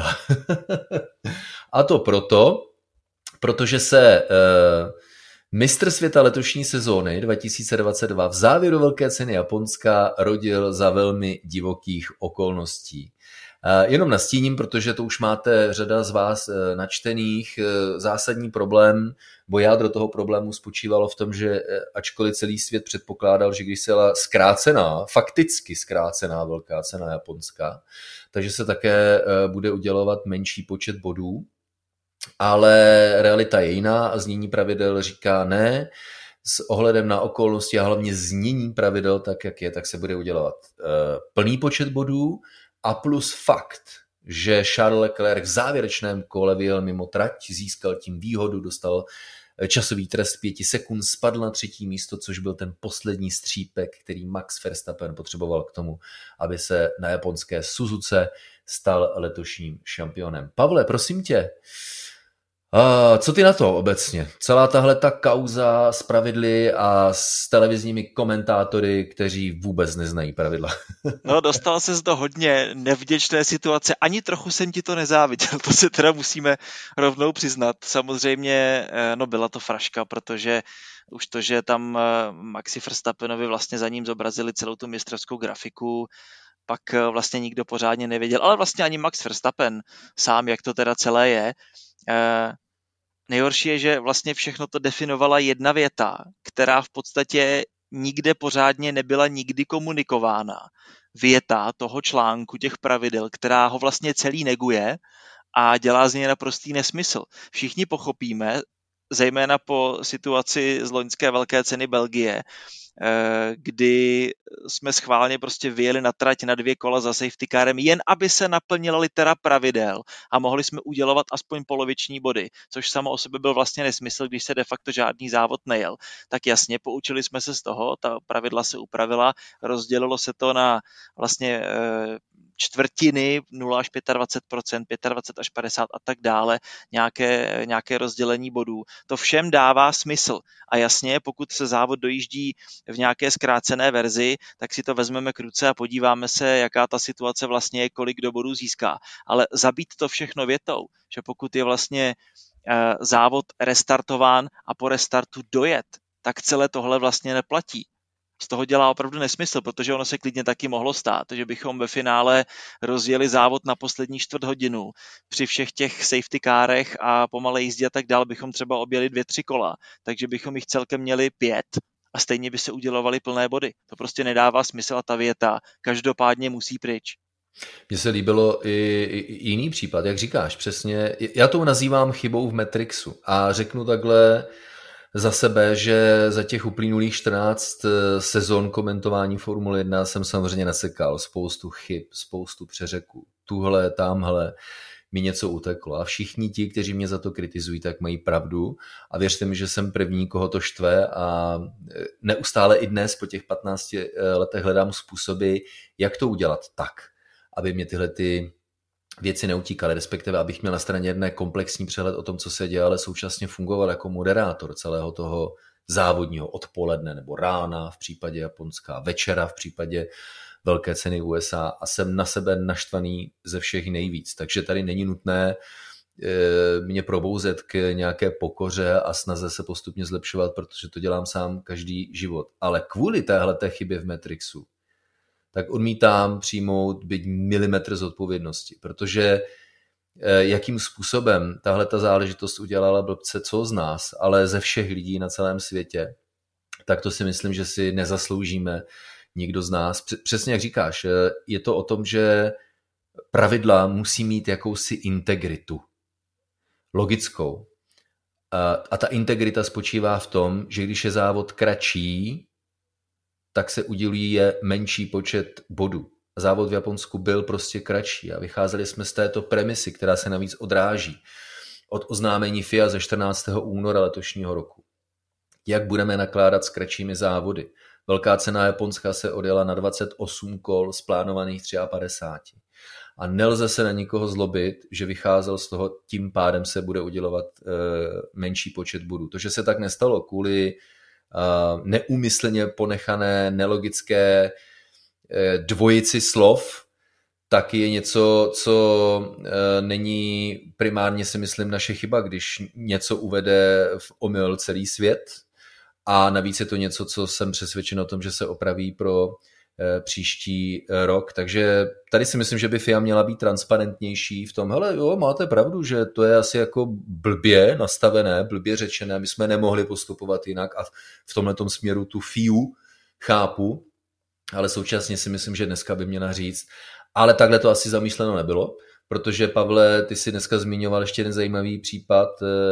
S3: A to proto, protože se uh, mistr světa letošní sezóny dva tisíce dvacet dva v závěru velké ceny Japonska rodil za velmi divokých okolností. Jenom nastíním, protože to už máte řada z vás načtených, zásadní problém, bo jádro toho problému spočívalo v tom, že ačkoliv celý svět předpokládal, že když se jela zkrácená, fakticky zkrácená velká cena Japonska, takže se také bude udělovat menší počet bodů, ale realita je jiná a znění pravidel říká ne, s ohledem na okolnosti a hlavně znění pravidel tak, jak je, tak se bude udělovat plný počet bodů, a plus fakt, že Charles Leclerc v závěrečném kole vyjel mimo trať, získal tím výhodu, dostal časový trest pěti sekund, spadl na třetí místo, což byl ten poslední střípek, který Max Verstappen potřeboval k tomu, aby se na japonské Suzuce stal letošním šampionem. Pavle, prosím tě, a co ty na to obecně? Celá tahle ta kauza s pravidly a s televizními komentátory, kteří vůbec neznají pravidla.
S5: No, dostal ses do hodně nevděčné situace. Ani trochu jsem ti to nezáviděl, to se teda musíme rovnou přiznat. Samozřejmě, no byla to fraška, protože už to, že tam Maxi Verstappenovi vlastně za ním zobrazili celou tu mistrovskou grafiku, pak vlastně nikdo pořádně nevěděl, ale vlastně ani Max Verstappen sám, jak to teda celé je. Eh, nejhorší je, že vlastně všechno to definovala jedna věta, která v podstatě nikde pořádně nebyla nikdy komunikována. Věta toho článku, těch pravidel, která ho vlastně celý neguje a dělá z něj naprostý nesmysl. Všichni pochopíme, zejména po situaci z loňské velké ceny Belgie, kdy jsme schválně prostě vyjeli na trať na dvě kola za safety carem, jen aby se naplnila litera pravidel a mohli jsme udělovat aspoň poloviční body, což samo o sobě byl vlastně nesmysl, když se de facto žádný závod nejel. Tak jasně, poučili jsme se z toho, ta pravidla se upravila, rozdělilo se to na vlastně čtvrtiny, nula až dvacet pět procent, dvacet pět až padesát a tak dále, nějaké, nějaké rozdělení bodů. To všem dává smysl. A jasně, pokud se závod dojíždí v nějaké zkrácené verzi, tak si to vezmeme k ruce a podíváme se, jaká ta situace vlastně je, kolik do bodů získá. Ale zabít to všechno větou, že pokud je vlastně eh, závod restartován a po restartu dojet, tak celé tohle vlastně neplatí. Z toho dělá opravdu nesmysl, protože ono se klidně taky mohlo stát, že bychom ve finále rozjeli závod na poslední čtvrt hodinu. Při všech těch safety kárech a pomalé jízdě a tak dál bychom třeba objeli dvě, tři kola, takže bychom jich celkem měli pět a stejně by se udělovaly plné body. To prostě nedává smysl a ta věta každopádně musí pryč.
S3: Mně se líbilo i, i jiný případ, jak říkáš, přesně. Já to nazývám chybou v Matrixu a řeknu takhle za sebe, že za těch uplynulých čtrnáct sezon komentování Formule jedna jsem samozřejmě nasekal spoustu chyb, spoustu přeřeků. Tuhle, tamhle mi něco uteklo. A všichni ti, kteří mě za to kritizují, tak mají pravdu. A věřte mi, že jsem první, koho to štve a neustále i dnes po těch patnácti letech hledám způsoby, jak to udělat tak, aby mě tyhle ty věci neutíkaly, respektive abych měl na straně jedné komplexní přehled o tom, co se děje, ale současně fungoval jako moderátor celého toho závodního odpoledne nebo rána v případě Japonska, večera v případě velké ceny U S A a jsem na sebe naštvaný ze všech nejvíc. Takže tady není nutné mě probouzet k nějaké pokoře a snaze se postupně zlepšovat, protože to dělám sám každý život. Ale kvůli téhleté chybě v Matrixu, tak odmítám přijmout byť milimetr zodpovědnosti, protože jakým způsobem tahle ta záležitost udělala blbce co z nás, ale ze všech lidí na celém světě, tak to si myslím, že si nezasloužíme nikdo z nás. Přesně jak říkáš, je to o tom, že pravidla musí mít jakousi integritu, logickou. A ta integrita spočívá v tom, že když je závod kratší, tak se udělí menší počet bodů. Závod v Japonsku byl prostě kratší a vycházeli jsme z této premisy, která se navíc odráží od oznámení F I A ze čtrnáctého února letošního roku. Jak budeme nakládat s kratšími závody? Velká cena Japonska se odjela na dvacet osm kol z plánovaných padesát tři. A nelze se na nikoho zlobit, že vycházel z toho, tím pádem se bude udělovat e, menší počet bodů. To, že se tak nestalo kvůli e, neúmyslně ponechané nelogické e, dvojici slov, tak je něco, co e, není primárně, si myslím, naše chyba, když něco uvede v omyl celý svět. A navíc je to něco, co jsem přesvědčen o tom, že se opraví pro příští rok, takže tady si myslím, že by F I A měla být transparentnější v tom, hele jo, máte pravdu, že to je asi jako blbě nastavené, blbě řečené, my jsme nemohli postupovat jinak a v tomhletom směru tu F I U chápu, ale současně si myslím, že dneska by měla říct, ale takhle to asi zamýšleno nebylo, protože Pavle, ty si dneska zmiňoval ještě jeden zajímavý případ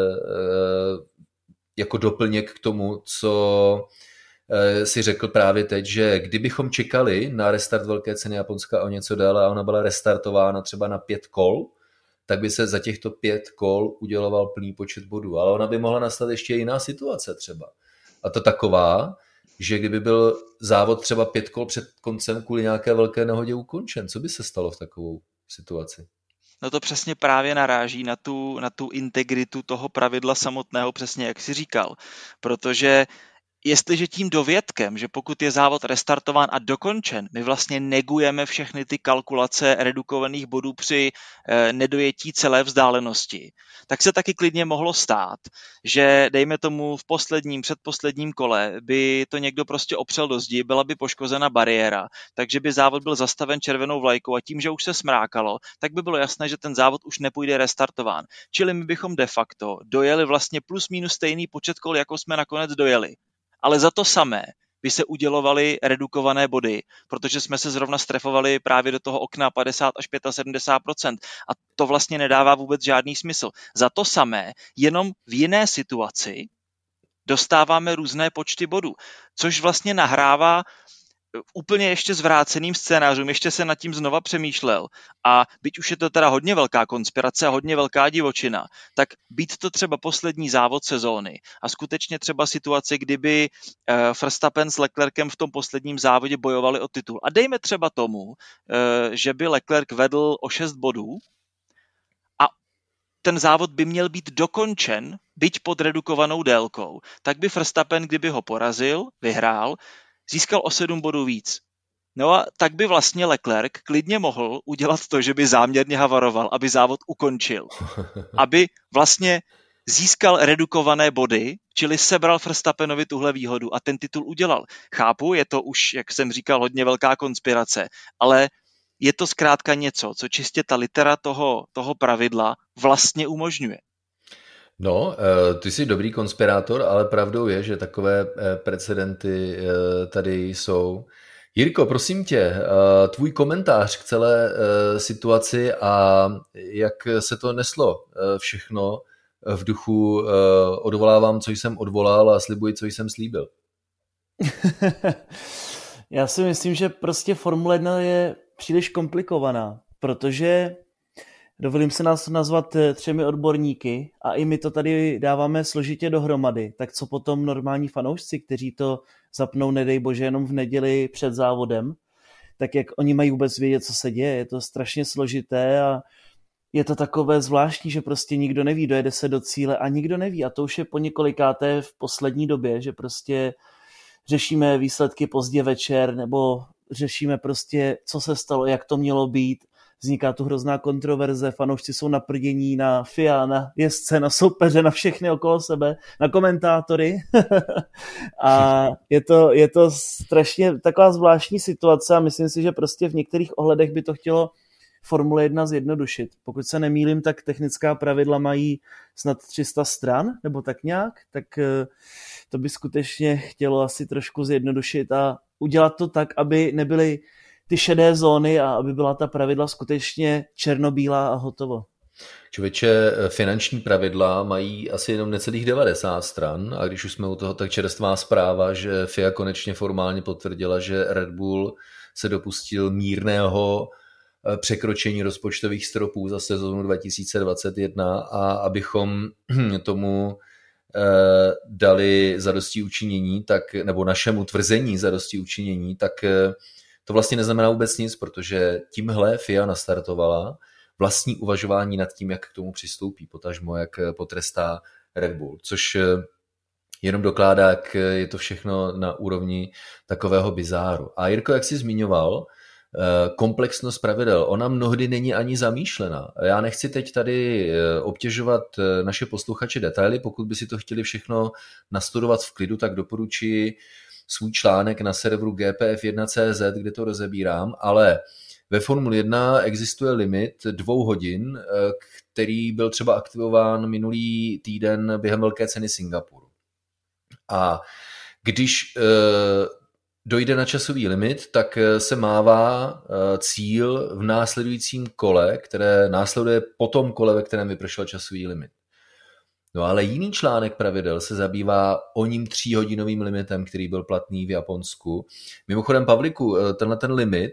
S3: jako doplněk k tomu, co si řekl právě teď, že kdybychom čekali na restart velké ceny Japonska o něco déle a ona byla restartována třeba na pět kol, tak by se za těchto pět kol uděloval plný počet bodů. Ale ona by mohla nastat ještě jiná situace třeba. A to taková, že kdyby byl závod třeba pět kol před koncem kvůli nějaké velké nehodě ukončen, co by se stalo v takovou situaci?
S5: No to přesně právě naráží na tu, na tu integritu toho pravidla samotného, přesně jak jsi říkal. Protože jestliže tím dovědkem, že pokud je závod restartován a dokončen, my vlastně negujeme všechny ty kalkulace redukovaných bodů při e, nedojetí celé vzdálenosti, tak se taky klidně mohlo stát, že dejme tomu v posledním, předposledním kole by to někdo prostě opřel do zdi, byla by poškozena bariéra, takže by závod byl zastaven červenou vlajkou a tím, že už se smrákalo, tak by bylo jasné, že ten závod už nepůjde restartován. Čili my bychom de facto dojeli vlastně plus minus stejný počet kol, jako jsme nakonec dojeli. Ale za to samé by se udělovaly redukované body, protože jsme se zrovna strefovali právě do toho okna padesát až sedmdesát pět procent a to vlastně nedává vůbec žádný smysl. Za to samé, jenom v jiné situaci dostáváme různé počty bodů, což vlastně nahrává úplně ještě zvráceným scénářům, ještě se nad tím znova přemýšlel a byť už je to teda hodně velká konspirace a hodně velká divočina, tak být to třeba poslední závod sezóny a skutečně třeba situace, kdyby Verstappen s Leclerkem v tom posledním závodě bojovali o titul. A dejme třeba tomu, že by Leclerc vedl o šest bodů a ten závod by měl být dokončen, byť pod redukovanou délkou, tak by Verstappen, kdyby ho porazil, vyhrál, získal o sedm bodů víc. No a tak by vlastně Leclerc klidně mohl udělat to, že by záměrně havaroval, aby závod ukončil. Aby vlastně získal redukované body, čili sebral Verstappenovi tuhle výhodu a ten titul udělal. Chápu, je to už, jak jsem říkal, hodně velká konspirace, ale je to zkrátka něco, co čistě ta litera toho, toho pravidla vlastně umožňuje.
S3: No, ty jsi dobrý konspirátor, ale pravdou je, že takové precedenty tady jsou. Jirko, prosím tě, tvůj komentář k celé situaci a jak se to neslo všechno v duchu odvolávám, co jsem odvolal a slibuji, co jsem slíbil.
S4: Já si myslím, že prostě Formule jedna je příliš komplikovaná, protože dovolím se nás nazvat třemi odborníky a i my to tady dáváme složitě dohromady. Tak co potom normální fanoušci, kteří to zapnou, nedej bože, jenom v neděli před závodem, tak jak oni mají vůbec vědět, co se děje. Je to strašně složité a je to takové zvláštní, že prostě nikdo neví, dojede se do cíle a nikdo neví. A to už je po několikáté v poslední době, že prostě řešíme výsledky pozdě večer nebo řešíme prostě, co se stalo, jak to mělo být. Vzniká tu hrozná kontroverze, fanoušci jsou naprdění na F I A, na jezdce, na soupeře, na všechny okolo sebe, na komentátory. A je to, je to strašně taková zvláštní situace a myslím si, že prostě v některých ohledech by to chtělo Formule jedna zjednodušit. Pokud se nemýlím, tak technická pravidla mají snad tři sta stran, nebo tak nějak, tak to by skutečně chtělo asi trošku zjednodušit a udělat to tak, aby nebyly ty šedé zóny a aby byla ta pravidla skutečně černobílá a hotovo.
S3: Člověče, finanční pravidla mají asi jenom necelých devadesát stran a když už jsme u toho, tak čerstvá zpráva, že F I A konečně formálně potvrdila, že Red Bull se dopustil mírného překročení rozpočtových stropů za sezónu dva tisíce dvacet jedna a abychom tomu dali zadosti učinění, tak, nebo našemu tvrzení zadosti učinění, tak to vlastně neznamená vůbec nic, protože tímhle F I A nastartovala vlastní uvažování nad tím, jak k tomu přistoupí, potažmo jak potrestá Red Bull, což jenom dokládá, jak je to všechno na úrovni takového bizáru. A Jirko, jak jsi zmiňoval, komplexnost pravidel, ona mnohdy není ani zamýšlená. Já nechci teď tady obtěžovat naše posluchače detaily, pokud by si to chtěli všechno nastudovat v klidu, tak doporučuji svůj článek na serveru G P F jedna tečka cé zet, kde to rozebírám, ale ve Formule jedna existuje limit dvou hodin, který byl třeba aktivován minulý týden během velké ceny Singapuru. A když dojde na časový limit, tak se mává cíl v následujícím kole, které následuje po tom kole, ve kterém vypršel časový limit. No ale jiný článek pravidel se zabývá o ním tříhodinovým limitem, který byl platný v Japonsku. Mimochodem, Pavliku, tenhle ten limit,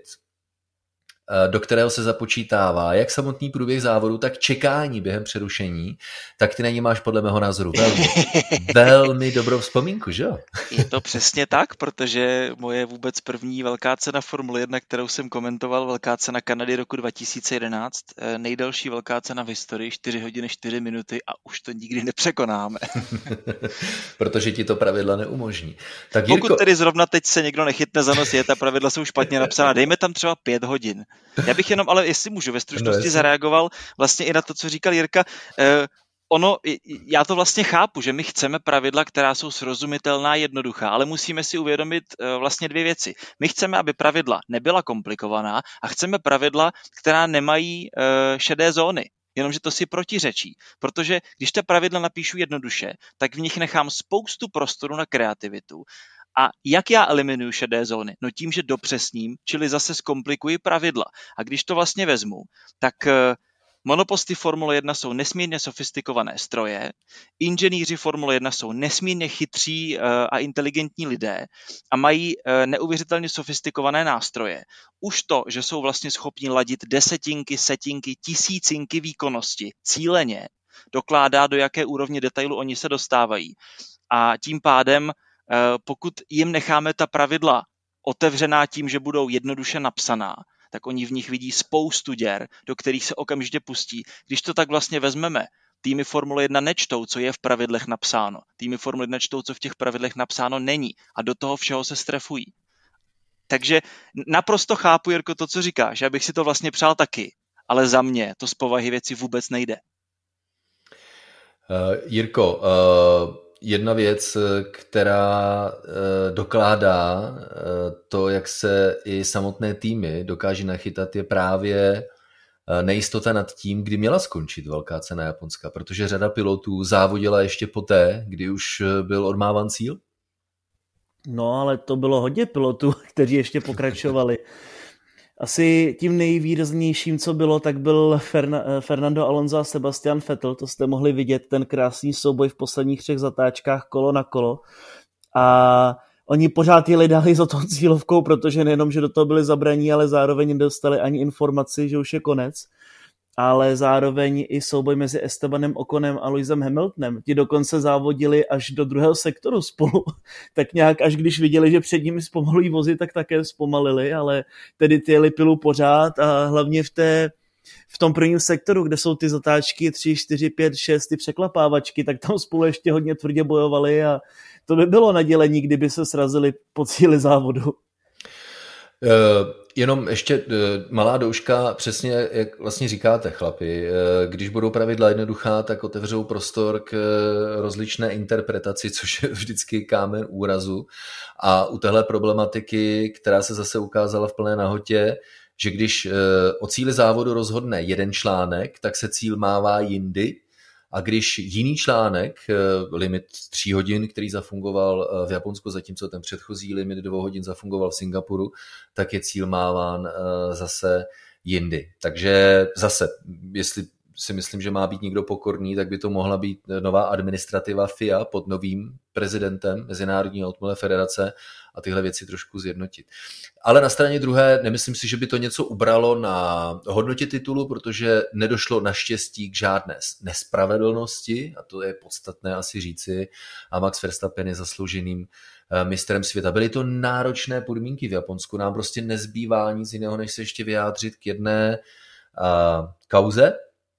S3: do kterého se započítává jak samotný průběh závodu, tak čekání během přerušení, tak ty na ně máš podle mého názoru velmi, velmi dobrou vzpomínku, že jo?
S5: Je to přesně tak, protože moje vůbec první velká cena Formule jedna, kterou jsem komentoval, velká cena Kanady roku dva tisíce jedenáct, nejdelší velká cena v historii, čtyři hodiny čtyři minuty a už to nikdy nepřekonáme.
S3: Protože ti to pravidla neumožní. Tak
S5: Pokud
S3: Jirko...
S5: tedy zrovna teď se někdo nechytne za nos, je ta pravidla jsou špatně napsaná, dejme tam třeba pět hodin. Já bych jenom, ale jestli můžu ve stručnosti no, zareagoval vlastně i na to, co říkal Jirka. Eh, ono, já to vlastně chápu, že my chceme pravidla, která jsou srozumitelná, jednoduchá, ale musíme si uvědomit eh, vlastně dvě věci. My chceme, aby pravidla nebyla komplikovaná a chceme pravidla, která nemají eh, šedé zóny. Jenomže to si protiřečí, protože když ta pravidla napíšu jednoduše, tak v nich nechám spoustu prostoru na kreativitu. A jak já eliminuju šedé zóny? No tím, že dopřesním, čili zase zkomplikuji pravidla. A když to vlastně vezmu, tak monoposty Formule jedna jsou nesmírně sofistikované stroje, inženýři Formule jedna jsou nesmírně chytří a inteligentní lidé a mají neuvěřitelně sofistikované nástroje. Už to, že jsou vlastně schopni ladit desetinky, setinky, tisícinky výkonnosti cíleně, dokládá, do jaké úrovně detailu oni se dostávají. A tím pádem pokud jim necháme ta pravidla otevřená tím, že budou jednoduše napsaná, tak oni v nich vidí spoustu děr, do kterých se okamžitě pustí. Když to tak vlastně vezmeme, týmy Formule jedna nečtou, co je v pravidlech napsáno. Týmy Formule jedna nečtou, co v těch pravidlech napsáno není. A do toho všeho se strefují. Takže naprosto chápu, Jirko, to, co říkáš. Já bych si to vlastně přál taky. Ale za mě to z povahy věci vůbec nejde.
S3: Uh, Jirko, uh... jedna věc, která dokládá to, jak se i samotné týmy dokáží nachytat, je právě nejistota nad tím, kdy měla skončit velká cena Japonska, protože řada pilotů závodila ještě poté, kdy už byl odmávan cíl.
S4: No, ale to bylo hodně pilotů, kteří ještě pokračovali. Asi tím nejvýraznějším, co bylo, tak byl Ferna- Fernando Alonso a Sebastian Vettel. To jste mohli vidět, ten krásný souboj v posledních třech zatáčkách kolo na kolo. A oni pořád jeli dali za tou cílovkou, protože nejenom, že do toho byli zabraní, ale zároveň nedostali ani informaci, že už je konec. Ale zároveň i souboj mezi Estebanem Oconem a Lewisem Hamiltonem. Ti dokonce závodili až do druhého sektoru spolu. Tak nějak, až když viděli, že před nimi zpomalují vozy, tak také zpomalili, ale tedy ty jeli pilu pořád a hlavně v té v tom prvním sektoru, kde jsou ty zatáčky tři, čtyři, pět, šest, ty překlapávačky, tak tam spolu ještě hodně tvrdě bojovali a to by bylo na dělení, kdyby se srazili po cíli závodu.
S3: Uh, jenom ještě uh, malá douška, přesně jak vlastně říkáte, chlapi. Uh, když budou pravidla jednoduchá, tak otevřou prostor k uh, rozličné interpretaci, což je vždycky kámen úrazu. A u téhle problematiky, která se zase ukázala v plné nahotě, že když uh, o cíli závodu rozhodne jeden článek, tak se cíl mává jindy. A když jiný článek, limit tří hodin, který zafungoval v Japonsku, zatímco ten předchozí limit dvou hodin zafungoval v Singapuru, tak je cíl máván zase jindy. Takže zase, jestli si myslím, že má být někdo pokorný, tak by to mohla být nová administrativa F I A pod novým prezidentem Mezinárodní automobilové federace a tyhle věci trošku zjednotit. Ale na straně druhé nemyslím si, že by to něco ubralo na hodnotě titulu, protože nedošlo naštěstí k žádné nespravedlnosti, a to je podstatné asi říci, a Max Verstappen je zaslouženým mistrem světa. Byly to náročné podmínky v Japonsku, nám prostě nezbývá nic jiného, než se ještě vyjádřit k jedné uh, kauze,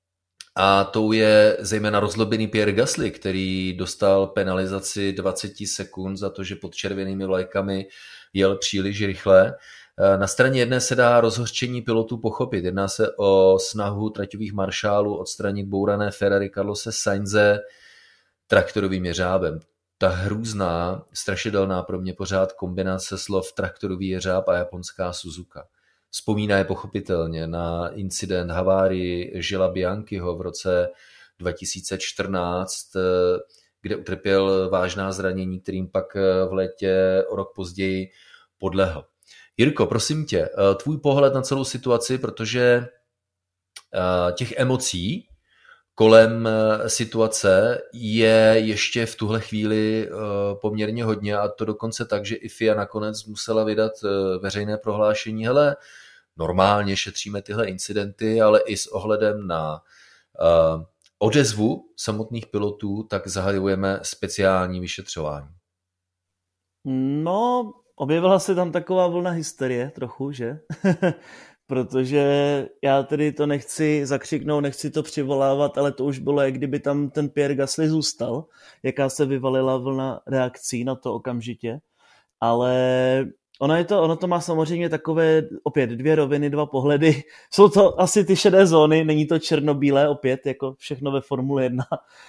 S3: a tou je zejména rozlobený Pierre Gasly, který dostal penalizaci dvacet sekund za to, že pod červenými vlajkami jel příliš rychle. Na straně jedné se dá rozhořčení pilotů pochopit. Jedná se o snahu traťových maršálů odstranit bourané Ferrari Carlose Sainze traktorovým jeřábem. Ta hrůzná, strašidelná pro mě pořád kombinace slov traktorový jeřáb a japonská Suzuka. Vzpomíná je pochopitelně na incident havárii Gila Bianchiho v roce dva tisíce čtrnáct, kde utrpěl vážná zranění, kterým pak v létě o rok později podlehl. Jirko, prosím tě, tvůj pohled na celou situaci, protože těch emocí kolem situace je ještě v tuhle chvíli poměrně hodně, a to dokonce tak, že i F I A nakonec musela vydat veřejné prohlášení, hele, normálně šetříme tyhle incidenty, ale i s ohledem na uh, odezvu samotných pilotů, tak zahajujeme speciální vyšetřování.
S4: No, objevila se tam taková vlna hysterie trochu, že? Protože já tedy to nechci zakřiknout, nechci to přivolávat, ale to už bylo, jak kdyby tam ten Pierre Gasly zůstal, jaká se vyvalila vlna reakcí na to okamžitě, ale ono, je to, ono to má samozřejmě takové opět dvě roviny, dva pohledy. Jsou to asi ty šedé zóny, není to černobílé opět, jako všechno ve Formule jedna.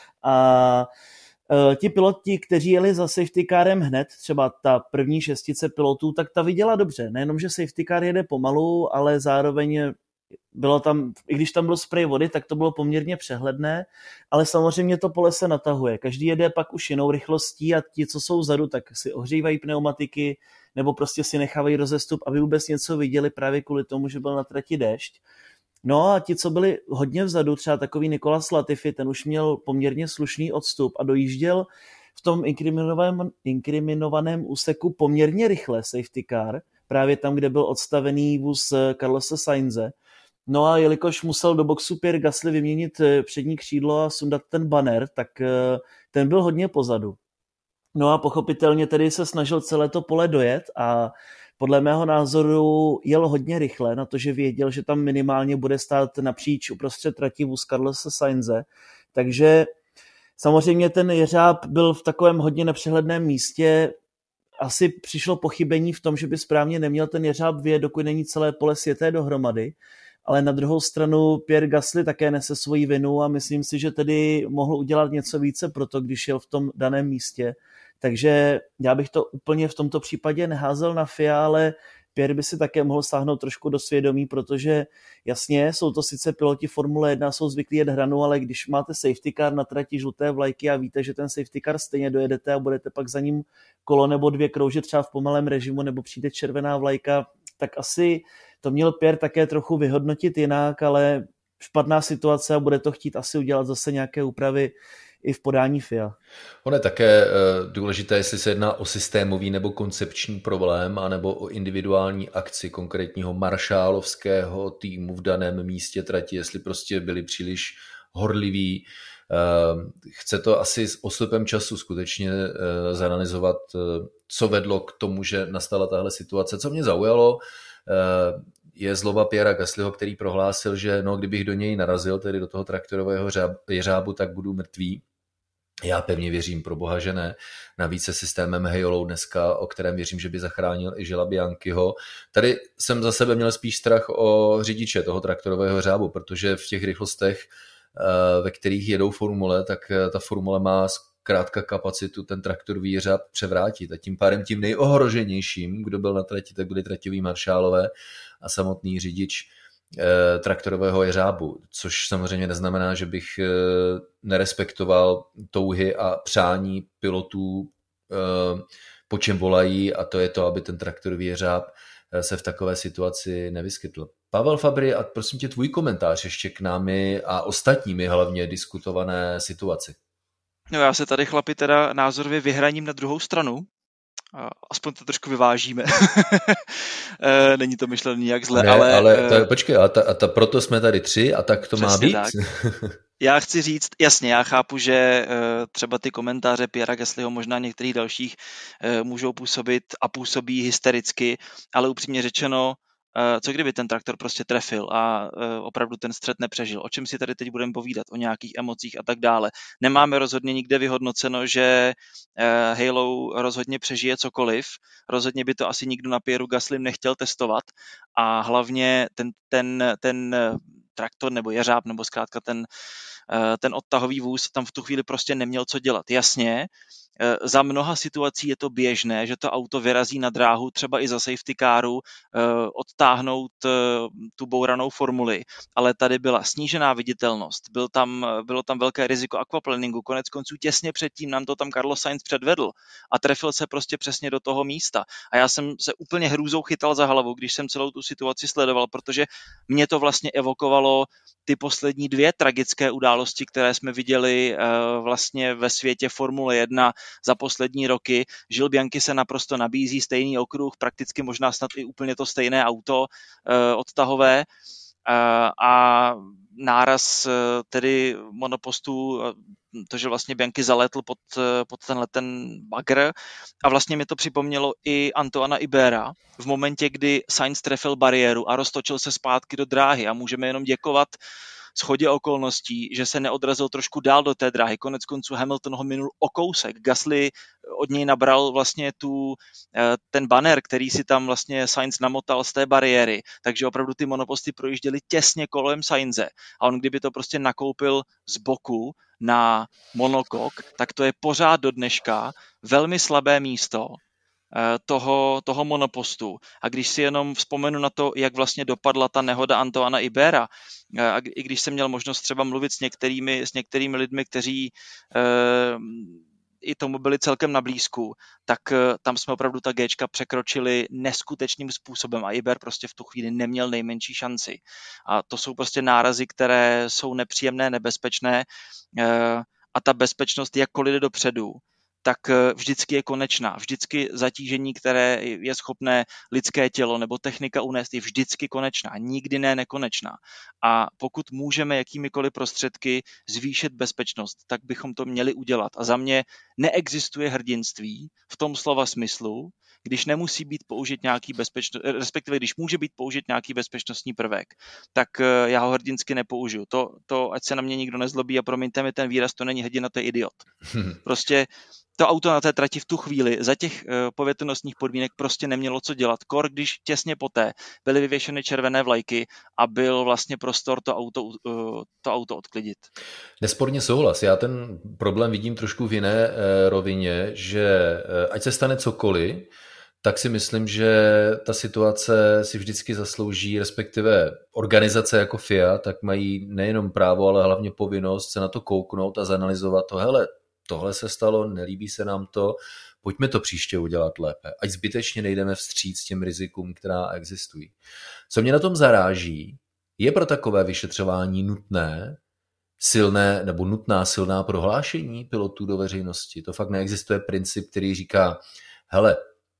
S4: A e, ti piloti, kteří jeli za safety carem hned, třeba ta první šestice pilotů, tak ta viděla dobře. Nejenom, že safety car jede pomalu, ale zároveň bylo tam, i když tam byl spray vody, tak to bylo poměrně přehledné, ale samozřejmě to pole se natahuje. Každý jede pak už jinou rychlostí a ti, co jsou vzadu, tak si ohřívají pneumatiky nebo prostě si nechávají rozestup, aby vůbec něco viděli právě kvůli tomu, že byl na trati déšť. No a ti, co byli hodně vzadu, třeba takový Nicolas Latifi, ten už měl poměrně slušný odstup a dojížděl v tom inkriminovaném, inkriminovaném úseku poměrně rychle safety car, právě tam, kde byl odstavený vůz Carlose Sainze. No a jelikož musel do boxu Pierre Gasly vyměnit přední křídlo a sundat ten banner, tak ten byl hodně pozadu. No a pochopitelně tedy se snažil celé to pole dojet a podle mého názoru jel hodně rychle na to, že věděl, že tam minimálně bude stát napříč uprostřed trati vůz Carlose Sainze. Takže samozřejmě ten jeřáb byl v takovém hodně nepřehledném místě. Asi přišlo pochybení v tom, že by správně neměl ten jeřáb vyjet, dokud není celé pole sjeté dohromady. Ale na druhou stranu Pierre Gasly také nese svoji vinu a myslím si, že tedy mohl udělat něco více pro to, když jel v tom daném místě. Takže já bych to úplně v tomto případě neházel na F I A, ale Pierre by si také mohl sáhnout trošku do svědomí, protože jasně, jsou to sice piloti Formule jedna, jsou zvyklí jet hranu, ale když máte safety car na trati žluté vlajky a víte, že ten safety car stejně dojedete a budete pak za ním kolo nebo dvě kroužit třeba v pomalém režimu nebo přijde červená vlajka, tak asi to měl Pierre také trochu vyhodnotit jinak, ale špatná situace a bude to chtít asi udělat zase nějaké úpravy i v podání F I A.
S3: Ono je také důležité, jestli se jedná o systémový nebo koncepční problém, anebo o individuální akci konkrétního maršálovského týmu v daném místě trati, jestli prostě byli příliš horliví. Chce to asi s odstupem času skutečně zanalyzovat, co vedlo k tomu, že nastala tahle situace. Co mě zaujalo, je zloba Pierra Gaslyho, který prohlásil, že no, kdybych do něj narazil, tedy do toho traktorového jeřábu, tak budu mrtvý. Já pevně věřím, pro boha, že ne. Navíc se systémem Halo dneska, o kterém věřím, že by zachránil i Gila Bianchiho. Tady jsem za sebe měl spíš strach o řidiče toho traktorového jeřábu, protože v těch rychlostech, ve kterých jedou formule, tak ta formule má zkrátka kapacitu ten traktorový jeřáb převrátit. A tím pádem tím nejohroženějším, kdo byl na trati, tak byli trativí maršálové a samotný řidič traktorového jeřábu, což samozřejmě neznamená, že bych nerespektoval touhy a přání pilotů, po čem volají, a to je to, aby ten traktorový jeřáb se v takové situaci nevyskytl. Pavel Fabry, a prosím tě tvůj komentář ještě k námi a ostatními hlavně diskutované situaci.
S5: No, já se tady, chlapi, teda názorově vyhraním na druhou stranu. Aspoň to trošku vyvážíme. Není to myšleno nijak zle,
S3: ne,
S5: ale...
S3: ale ta, počkej, a, ta, a ta, proto jsme tady tři a tak to má být? Tak.
S5: Já chci říct, jasně, já chápu, že třeba ty komentáře Pierra Gaslyho, možná některých dalších, můžou působit a působí hystericky, ale upřímně řečeno, co kdyby ten traktor prostě trefil a opravdu ten střet nepřežil. O čem si tady teď budeme povídat? O nějakých emocích a tak dále. Nemáme rozhodně nikde vyhodnoceno, že Halo rozhodně přežije cokoliv. Rozhodně by to asi nikdo na Pierru Gaslym nechtěl testovat a hlavně ten, ten, ten traktor nebo jeřáb nebo zkrátka ten, ten odtahový vůz tam v tu chvíli prostě neměl co dělat. Jasně, za mnoha situací je to běžné, že to auto vyrazí na dráhu, třeba i za safety caru, odtáhnout tu bouranou formuli, ale tady byla snížená viditelnost, byl tam, bylo tam velké riziko aquaplaningu, konec konců těsně předtím nám to tam Carlos Sainz předvedl a trefil se prostě přesně do toho místa. A já jsem se úplně hrůzou chytal za hlavu, když jsem celou tu situaci sledoval, protože mě to vlastně evokovalo ty poslední dvě tragické události, které jsme viděli vlastně ve světě Formule jedna za poslední roky. Gil Bianchi se naprosto nabízí, stejný okruh, prakticky možná snad i úplně to stejné auto eh, odtahové eh, a náraz eh, tedy monopostu, to, že vlastně Bianchi zaletl pod, pod tenhle ten bagr a vlastně mi to připomnělo i Antoana Ibera v momentě, kdy Sainz trefil bariéru a roztočil se zpátky do dráhy a můžeme jenom děkovat shodě okolností, že se neodrazil trošku dál do té dráhy. Konec konců Hamilton ho minul o kousek. Gasly od něj nabral vlastně tu, ten banner, který si tam vlastně Sainz namotal z té bariéry, takže opravdu ty monoposty projížděly těsně kolem Sainze a on kdyby to prostě nakoupil z boku na monokok, tak to je pořád do dneška velmi slabé místo toho, toho monopostu. A když si jenom vzpomenu na to, jak vlastně dopadla ta nehoda Antoana Ibera, a i když jsem měl možnost třeba mluvit s některými, s některými lidmi, kteří eh, i tomu byli celkem na blízku, tak eh, tam jsme opravdu ta Gčka překročili neskutečným způsobem a Iber prostě v tu chvíli neměl nejmenší šanci. A to jsou prostě nárazy, které jsou nepříjemné, nebezpečné eh, a ta bezpečnost jakkoliv jde dopředu, tak vždycky je konečná. Vždycky zatížení, které je schopné lidské tělo nebo technika unést, je vždycky konečná. Nikdy ne nekonečná. A pokud můžeme jakýmikoliv prostředky zvýšit bezpečnost, tak bychom to měli udělat. A za mě neexistuje hrdinství v tom slova smyslu, když nemusí být použit nějaký bezpečnost, respektive když může být použit nějaký bezpečnostní prvek, tak já ho hrdinsky nepoužiju. To, to ať se na mě nikdo nezlobí a promiňte mi ten výraz, to není hrdina, to je idiot. Prostě to auto na té trati v tu chvíli za těch uh, povětrnostních podmínek prostě nemělo co dělat. Kor, když těsně poté byly vyvěšeny červené vlajky a byl vlastně prostor to auto, uh, to auto odklidit.
S3: Nesporně souhlas. Já ten problém vidím trošku v jiné uh, rovině, že uh, ať se stane cokoliv, tak si myslím, že ta situace si vždycky zaslouží, respektive organizace jako F I A, tak mají nejenom právo, ale hlavně povinnost se na to kouknout a zanalyzovat to, hele, tohle se stalo, nelíbí se nám to, pojďme to příště udělat lépe, ať zbytečně nejdeme vstříc těm rizikům, která existují. Co mě na tom zaráží, je pro takové vyšetřování nutné silné nebo nutná silná prohlášení pilotů do veřejnosti. To fakt neexistuje princip, který říká, hele,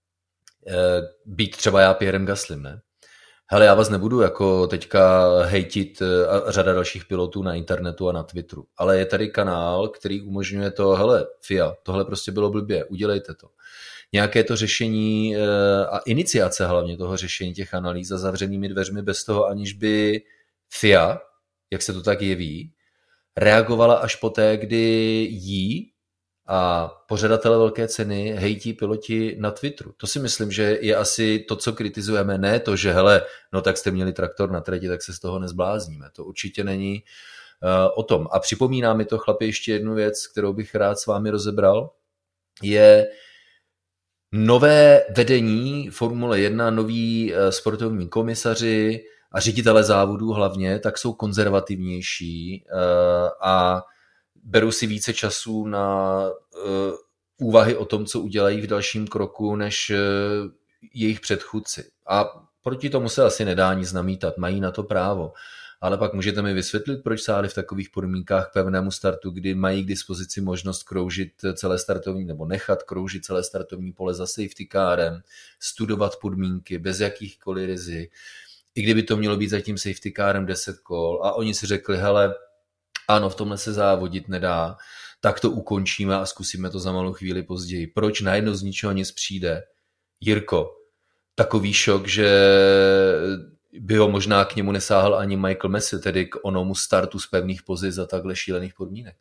S3: být třeba já Pierrem Gaslym, ne? Hele, já vás nebudu jako teďka hejtit a řada dalších pilotů na internetu a na Twitteru, ale je tady kanál, který umožňuje to, hele, F I A, tohle prostě bylo blbě, udělejte to. nějaké to řešení a iniciace hlavně toho řešení těch analýz za zavřenými dveřmi bez toho, aniž by F I A, jak se to tak jeví, reagovala až poté, kdy jí a pořadatele velké ceny hejtí piloti na Twitteru. To si myslím, že je asi to, co kritizujeme, ne to, že hele, no tak jste měli traktor na trati, tak se z toho nezblázníme. To určitě není uh, o tom. A připomíná mi to, chlapi, ještě jednu věc, kterou bych rád s vámi rozebral, je nové vedení Formule jedna, noví uh, sportovní komisaři a ředitele závodů hlavně, tak jsou konzervativnější uh, a berou si více času na uh, úvahy o tom, co udělají v dalším kroku, než uh, jejich předchůdci. A proti tomu se asi nedá nic namítat, mají na to právo. Ale pak můžete mi vysvětlit, proč sáhli v takových podmínkách k pevnému startu, kdy mají k dispozici možnost kroužit celé startovní, nebo nechat kroužit celé startovní pole za safety carem, studovat podmínky bez jakýchkoliv rizik. I kdyby to mělo být za tím safety carem deset kol a oni si řekli, hele, ano, v tomhle se závodit nedá, tak to ukončíme a zkusíme to za malou chvíli později. Proč najednou z ničeho nic přijde? Jirko, takový šok, že by ho možná k němu nesáhl ani Michael Masi, tedy k onomu startu z pevných pozic za takhle šílených podmínek.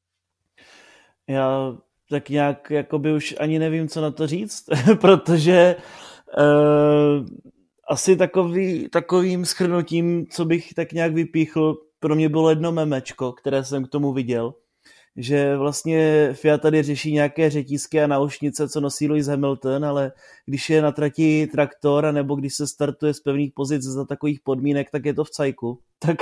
S4: Já tak nějak jakoby už ani nevím, co na to říct, protože uh, asi takový, takovým shrnutím, co bych tak nějak vypíchl, pro mě bylo jedno memečko, které jsem k tomu viděl, že vlastně F I A tady řeší nějaké řetízky a náušnice, co nosí Lewis Hamilton, ale když je na trati traktor, nebo když se startuje z pevných pozic za takových podmínek, tak je to v cajku. Tak,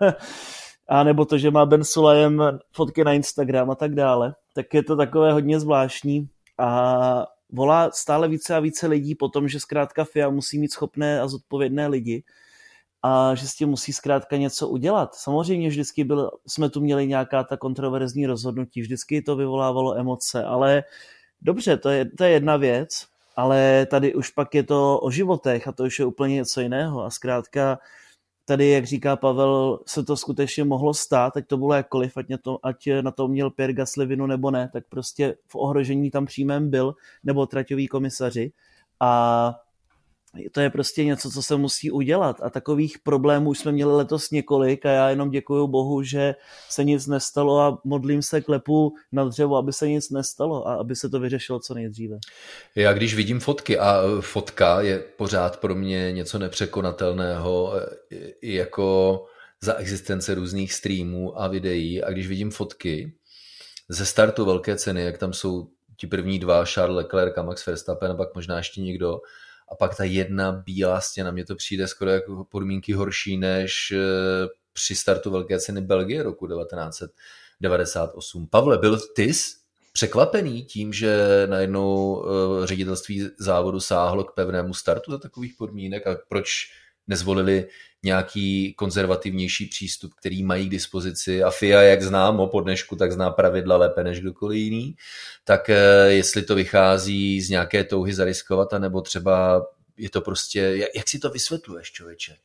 S4: a nebo to, že má Ben Sulayem fotky na Instagram a tak dále. Tak je to takové hodně zvláštní a volá stále více a více lidí po tom, že zkrátka F I A musí mít schopné a zodpovědné lidi a že s tím musí zkrátka něco udělat. Samozřejmě vždycky byl, jsme tu měli nějaká ta kontroverzní rozhodnutí, vždycky to vyvolávalo emoce, ale dobře, to je, to je jedna věc, ale tady už pak je to o životech a to už je úplně něco jiného a zkrátka tady, jak říká Pavel, se to skutečně mohlo stát, ať to bylo jakkoliv, ať na to, ať na to měl Pierre Gasly vinu nebo ne, tak prostě v ohrožení tam přímém byl, nebo traťoví komisaři a to je prostě něco, co se musí udělat a takových problémů už jsme měli letos několik a já jenom děkuju Bohu, že se nic nestalo a modlím se, klepu na dřevo, aby se nic nestalo a aby se to vyřešilo co nejdříve.
S3: Já když vidím fotky a fotka je pořád pro mě něco nepřekonatelného i jako za existence různých streamů a videí a když vidím fotky ze startu velké ceny, jak tam jsou ti první dva, Charles Leclerc a Max Verstappen a pak možná ještě někdo, a pak ta jedna bílá stěna, mně to přijde skoro jako podmínky horší než při startu velké ceny Belgie roku devatenáct set devadesát osm. Pavle, byl ty překvapený tím, že najednou ředitelství závodu sáhlo k pevnému startu za takových podmínek a proč nezvolili nějaký konzervativnější přístup, který mají k dispozici a F I A, jak znám po dnešku, tak zná pravidla lépe než kdokoliv jiný, tak jestli to vychází z nějaké touhy zariskovat, anebo třeba je to prostě, jak si to vysvětluješ, člověče?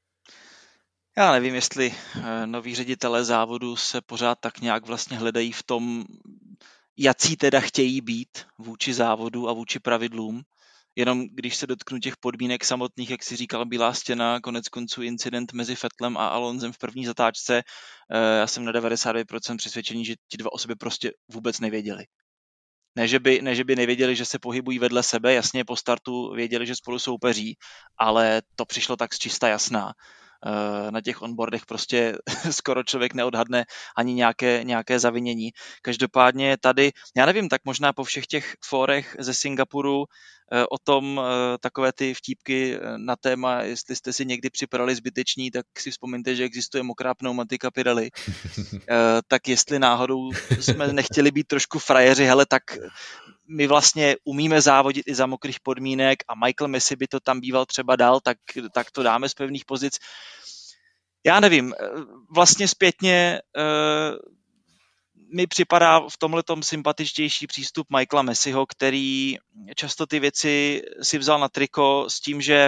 S5: Já nevím, jestli noví ředitelé závodu se pořád tak nějak vlastně hledají v tom, jací teda chtějí být vůči závodu a vůči pravidlům. Jenom když se dotknu těch podmínek samotných, jak si říkal, bílá stěna, konec konců incident mezi Vettelem a Alonsem v první zatáčce, já jsem na devadesát devět procent přesvědčený, že ti dva osoby prostě vůbec nevěděli. Ne že, by, ne, že by nevěděli, že se pohybují vedle sebe, jasně po startu věděli, že spolu soupeří, ale to přišlo tak z čista jasná. Na těch onboardech prostě skoro člověk neodhadne ani nějaké, nějaké zavinění. Každopádně tady, já nevím, tak možná po všech těch fórech ze Singapuru o tom takové ty vtípky na téma, jestli jste si někdy připadali zbyteční, tak si vzpomeňte, že existuje mokrá pneumatika Pirelli. Tak jestli náhodou jsme nechtěli být trošku frajeři, hele, tak my vlastně umíme závodit i za mokrých podmínek a Michael Masi by to tam býval třeba dal, tak, tak to dáme z pevných pozic. Já nevím, vlastně zpětně uh, mi připadá v tomhletom sympatičtější přístup Michaela Masiho, který často ty věci si vzal na triko s tím, že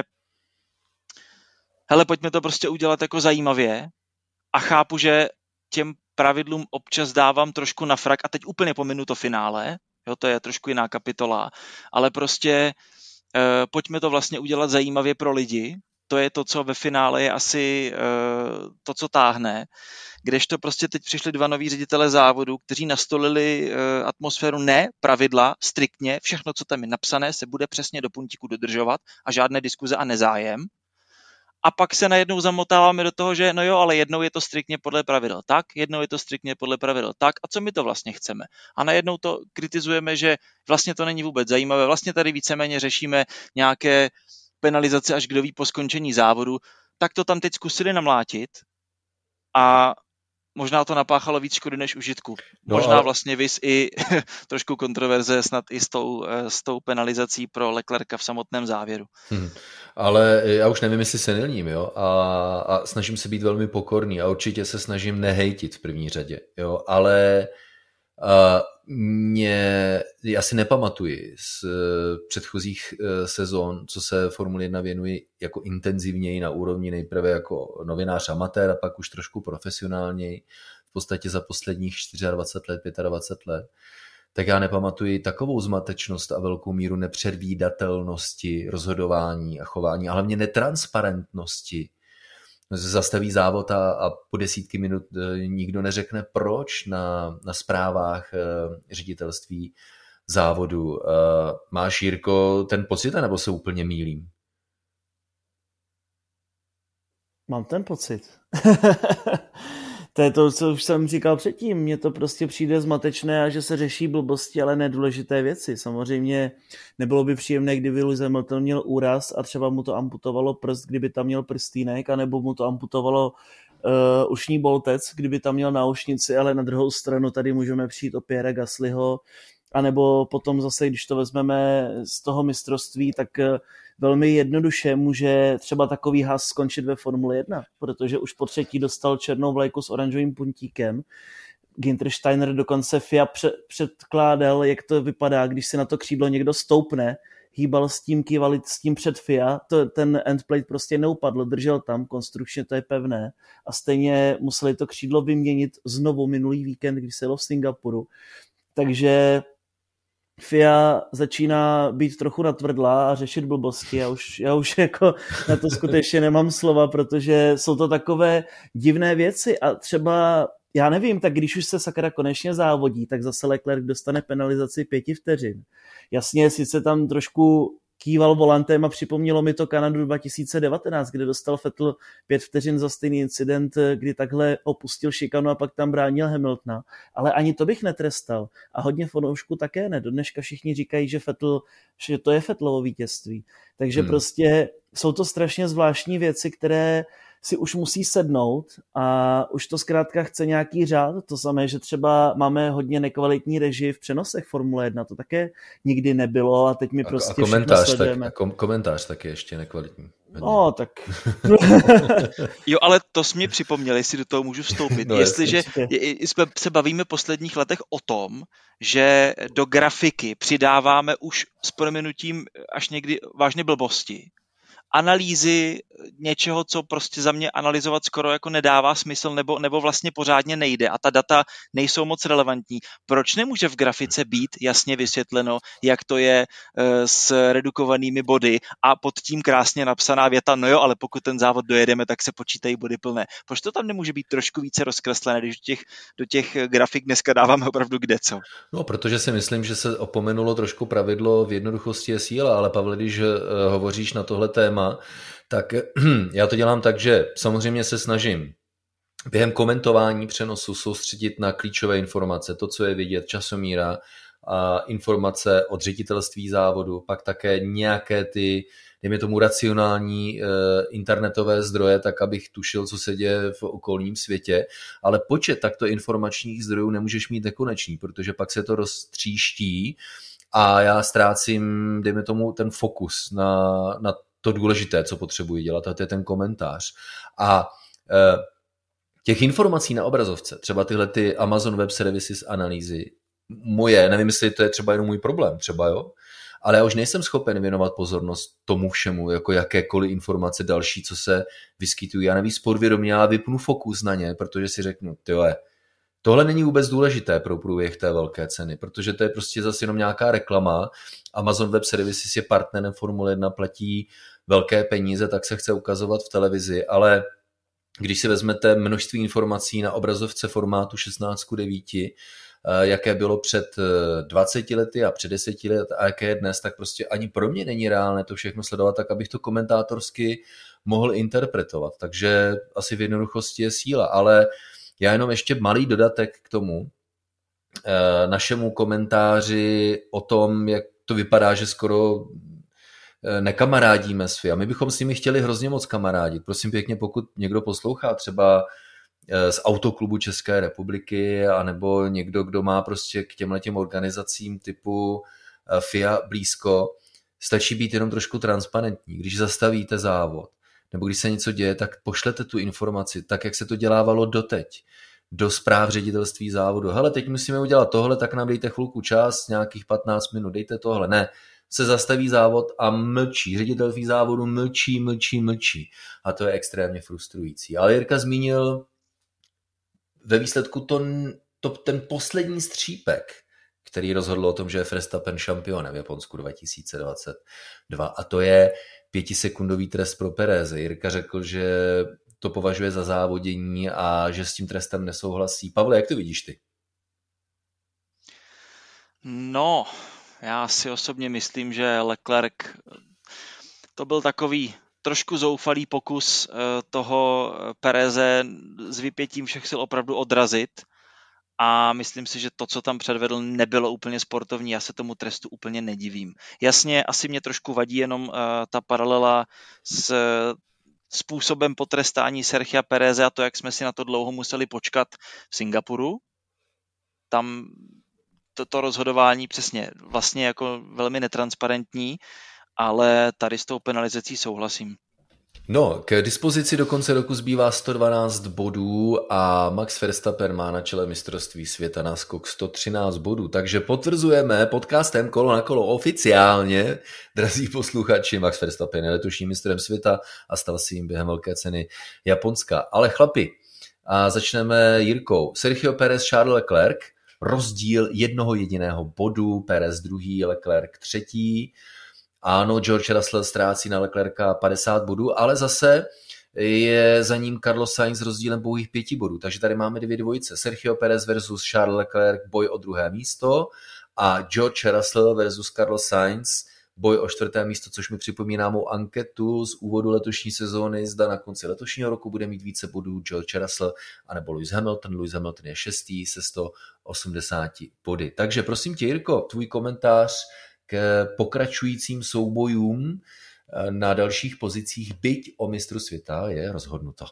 S5: hele, pojďme to prostě udělat jako zajímavě a chápu, že těm pravidlům občas dávám trošku na frak a teď úplně pominu to finále, jo, to je trošku jiná kapitola, ale prostě uh, pojďme to vlastně udělat zajímavě pro lidi, to je to, co ve finále je asi uh, to, co táhne, kdežto prostě teď přišli dva noví ředitele závodu, kteří nastolili uh, atmosféru, ne pravidla, striktně, všechno, co tam je napsané, se bude přesně do puntíku dodržovat a žádné diskuze a nezájem. A pak se najednou zamotáváme do toho, že no jo, ale jednou je to striktně podle pravidel tak, jednou je to striktně podle pravidel tak a co my to vlastně chceme. A najednou to kritizujeme, že vlastně to není vůbec zajímavé, vlastně tady víceméně řešíme nějaké penalizace až kdo ví po skončení závodu, tak to tam teď zkusili namlátit a možná to napáchalo víc škody než užitku.
S3: No,
S5: možná
S3: ale...
S5: vlastně vys i trošku kontroverze snad i s tou, s tou penalizací pro Leclerca v samotném závěru. Hmm.
S3: Ale já už nevím, jestli se nelním, jo, a, a snažím se být velmi pokorný a určitě se snažím nehejtit v první řadě, jo, ale a, mě, já si nepamatuji z předchozích sezon, co se Formule jedna věnuji jako intenzivněji na úrovni nejprve jako novinář amatér a pak už trošku profesionálněji, v podstatě za posledních dvacet čtyři let, dvacet pět let, tak já nepamatuji takovou zmatečnost a velkou míru nepředvídatelnosti rozhodování a chování, a hlavně netransparentnosti. Zastaví závod a, a po desítky minut nikdo neřekne proč na, na zprávách e, ředitelství závodu. E, máš, Jirko, ten pocit, nebo se úplně mýlím?
S4: Mám ten pocit. To je to, co už jsem říkal předtím. Mně to prostě přijde zmatečné a že se řeší blbosti, ale nedůležité věci. Samozřejmě nebylo by příjemné, kdyby Lewis Hamilton měl úraz a třeba mu to amputovalo prst, kdyby tam měl prstýnek, anebo mu to amputovalo uh, ušní boltec, kdyby tam měl náušnici, ale na druhou stranu tady můžeme přijít o Pierre Gaslyho, anebo potom zase, když to vezmeme z toho mistrovství, tak velmi jednoduše může třeba takový Haas skončit ve Formule jedna, protože už po třetí dostal černou vlajku s oranžovým puntíkem. Günther Steiner dokonce F I A předkládal, jak to vypadá, když si na to křídlo někdo stoupne, hýbal s tím, kýval s tím před F I A, to, ten endplate prostě neupadl, držel tam, konstrukčně to je pevné a stejně museli to křídlo vyměnit znovu minulý víkend, když se jelo v Singapuru. Takže F I A začíná být trochu natvrdlá a řešit blbosti. Já už, já už jako na to skutečně nemám slova, protože jsou to takové divné věci a třeba, já nevím, tak když už se sakra konečně závodí, tak zase Leclerc dostane penalizaci pěti vteřin. Jasně, sice tam trošku kýval volantem a připomnělo mi to Kanadu dva tisíce devatenáct, kde dostal Vettel pět vteřin za stejný incident, kdy takhle opustil šikanu a pak tam bránil Hamiltona. Ale ani to bych netrestal. A hodně fanoušků také ne. Do dneška všichni říkají, že Vettel, že to je Vettelovo vítězství. Takže hmm. prostě jsou to strašně zvláštní věci, které si už musí sednout a už to zkrátka chce nějaký řád. To samé, že třeba máme hodně nekvalitní režii v přenosech Formule jedna, to také nikdy nebylo a teď mi prostě
S3: a komentář, tak, a kom, komentář taky ještě nekvalitní.
S4: No, tak.
S5: Jo, ale to jsi mě připomněl, jestli do toho můžu vstoupit. No, Jestliže jsme se bavíme v posledních letech o tom, že do grafiky přidáváme už s prominutím až někdy vážně blbosti, analýzy něčeho, co prostě za mě analyzovat skoro jako nedává smysl nebo, nebo vlastně pořádně nejde a ta data nejsou moc relevantní. Proč nemůže v grafice být jasně vysvětleno, jak to je e, s redukovanými body a pod tím krásně napsaná věta, no jo, ale pokud ten závod dojedeme, tak se počítají body plné. Proč to tam nemůže být trošku více rozkreslené, když do těch, do těch grafik dneska dáváme opravdu kdeco?
S3: No, protože si myslím, že se opomenulo trošku pravidlo v jednoduchosti je síla, ale Pavle, když uh, hovoříš na tohle téma, tak já to dělám tak, že samozřejmě se snažím během komentování přenosu soustředit na klíčové informace, to, co je vidět, časomíra, a informace od ředitelství závodu, pak také nějaké ty, dejme tomu, racionální e, internetové zdroje, tak abych tušil, co se děje v okolním světě, ale počet takto informačních zdrojů nemůžeš mít nekonečný, protože pak se to roztříští a já ztrácím, dejme tomu, ten fokus na, na to důležité, co potřebuji dělat, a to je ten komentář. A e, těch informací na obrazovce, třeba tyhle ty Amazon Web Services analýzy, moje, nevím, jestli to je třeba jenom můj problém, třeba jo, ale já už nejsem schopen věnovat pozornost tomu všemu, jako jakékoliv informace další, co se vyskytují. Já navíc podvědomě, já vypnu fokus na ně, protože si řeknu, tyhle, Tohle není vůbec důležité pro průběh té velké ceny, protože to je prostě zase jenom nějaká reklama. Amazon Web Services je partnerem Formule jedna, platí velké peníze, tak se chce ukazovat v televizi, ale když si vezmete množství informací na obrazovce formátu šestnáct ku devíti, jaké bylo před dvaceti lety a před deseti let a jaké je dnes, tak prostě ani pro mě není reálné to všechno sledovat tak, abych to komentátorsky mohl interpretovat. Takže asi v jednoduchosti je síla, ale já jenom ještě malý dodatek k tomu našemu komentáři o tom, jak to vypadá, že skoro nekamarádíme s F I A. My bychom s nimi chtěli hrozně moc kamarádit. Prosím pěkně, pokud někdo poslouchá třeba z Autoklubu České republiky, anebo někdo, kdo má prostě k těmhletěm organizacím typu F I A blízko, stačí být jenom trošku transparentní. Když zastavíte závod, nebo když se něco děje, tak pošlete tu informaci, tak jak se to dělávalo doteď, do správ ředitelství závodu. Hele, teď musíme udělat tohle, tak nám dejte chvilku čas, nějakých patnáct minut, dejte tohle. Ne, se zastaví závod a mlčí. Ředitelství závodu mlčí, mlčí, mlčí. A to je extrémně frustrující. Ale Jirka zmínil ve výsledku to, to, ten poslední střípek, který rozhodl o tom, že je Verstappen šampionem v Japonsku dva tisíce dvacet dva. A to je pětisekundový trest pro Pereze. Jirka řekl, že to považuje za závodění a že s tím trestem nesouhlasí. Pavle, jak to vidíš ty?
S5: No, já si osobně myslím, že Leclerc to byl takový trošku zoufalý pokus toho Pereze s vypětím všech sil opravdu odrazit a myslím si, že to, co tam předvedl, nebylo úplně sportovní. Já se tomu trestu úplně nedivím. Jasně, asi mě trošku vadí jenom ta paralela s způsobem potrestání Sergia Pereze a to, jak jsme si na to dlouho museli počkat v Singapuru. Tam toto rozhodování přesně vlastně jako velmi netransparentní, ale tady s tou penalizací souhlasím.
S3: No, k dispozici do konce roku zbývá sto dvanáct bodů a Max Verstappen má na čele mistrovství světa náskok sto třináct bodů, takže potvrzujeme podcastem Kolo na kolo oficiálně, drazí posluchači, Max Verstappen je letošním mistrem světa a stal si jim během velké ceny Japonska. Ale chlapi, a začneme Jirkou. Sergio Perez, Charles Leclerc, rozdíl jednoho jediného bodu, Perez druhý, Leclerc třetí. Ano, George Russell ztrácí na Leclerca padesát bodů, ale zase je za ním Carlos Sainz s rozdílem pouhých pěti bodů. Takže tady máme dvě dvojice. Sergio Perez versus Charles Leclerc, boj o druhé místo, a George Russell versus Carlos Sainz, boj o čtvrté místo, což mi připomíná mou anketu z úvodu letošní sezóny, zda na konci letošního roku bude mít více bodů George Russell anebo Lewis Hamilton. Lewis Hamilton je šestý se sto osmdesáti body. Takže prosím tě, Jirko, tvůj komentář k pokračujícím soubojům na dalších pozicích, byť o mistru světa je rozhodnuto.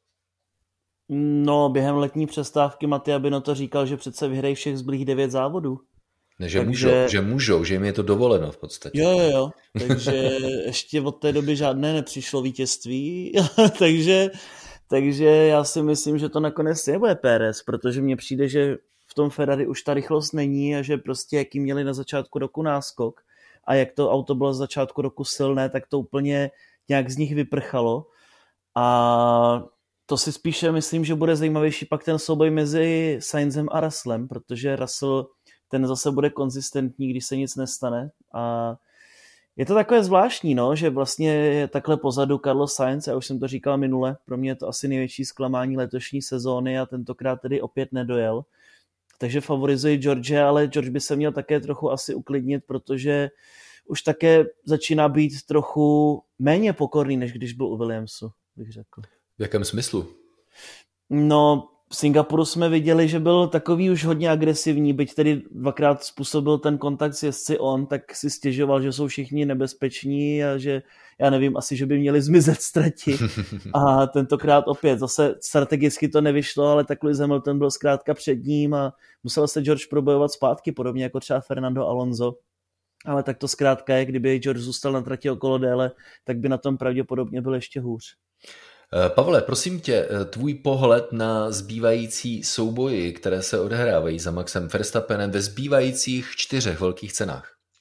S4: No, během letní přestávky Mattia Binotto říkal, že přece vyhrají všech zbylých devět závodů.
S3: Ne, že,
S4: takže...
S3: můžou, že můžou, že jim je to dovoleno v podstatě.
S4: Jo, jo, jo. Takže ještě od té doby žádné nepřišlo vítězství, takže, takže já si myslím, že to nakonec nebude Pérez, protože mně přijde, že v tom Ferrari už ta rychlost není a že prostě jaký měli na začátku roku náskok a jak to auto bylo z začátku roku silné, tak to úplně nějak z nich vyprchalo. A to si spíše myslím, že bude zajímavější pak ten souboj mezi Sainzem a Russellem, protože Russell ten zase bude konzistentní, když se nic nestane. A je to takové zvláštní, no, že vlastně je takhle pozadu Carlos Sainz, já už jsem to říkal minule, pro mě je to asi největší zklamání letošní sezóny a tentokrát tedy opět nedojel. Takže favorizuji George, ale George by se měl také trochu asi uklidnit, protože už také začíná být trochu méně pokorný, než když byl u Williamsu, bych řekl.
S3: V jakém smyslu?
S4: No, v Singapuru jsme viděli, že byl takový už hodně agresivní, byť tedy dvakrát způsobil ten kontakt s jezdci on, tak si stěžoval, že jsou všichni nebezpeční a že, já nevím, asi, že by měli zmizet z trati. A tentokrát opět, zase strategicky to nevyšlo, ale tak Lewis Hamilton byl zkrátka před ním a musel se George probojovat zpátky, podobně jako třeba Fernando Alonso. Ale tak to zkrátka je, kdyby George zůstal na trati okolo déle, tak by na tom pravděpodobně byl ještě hůř.
S3: Pavle, prosím tě, tvůj pohled na zbývající souboji, které se odehrávají za Maxem Verstappenem ve zbývajících čtyřech velkých cenách.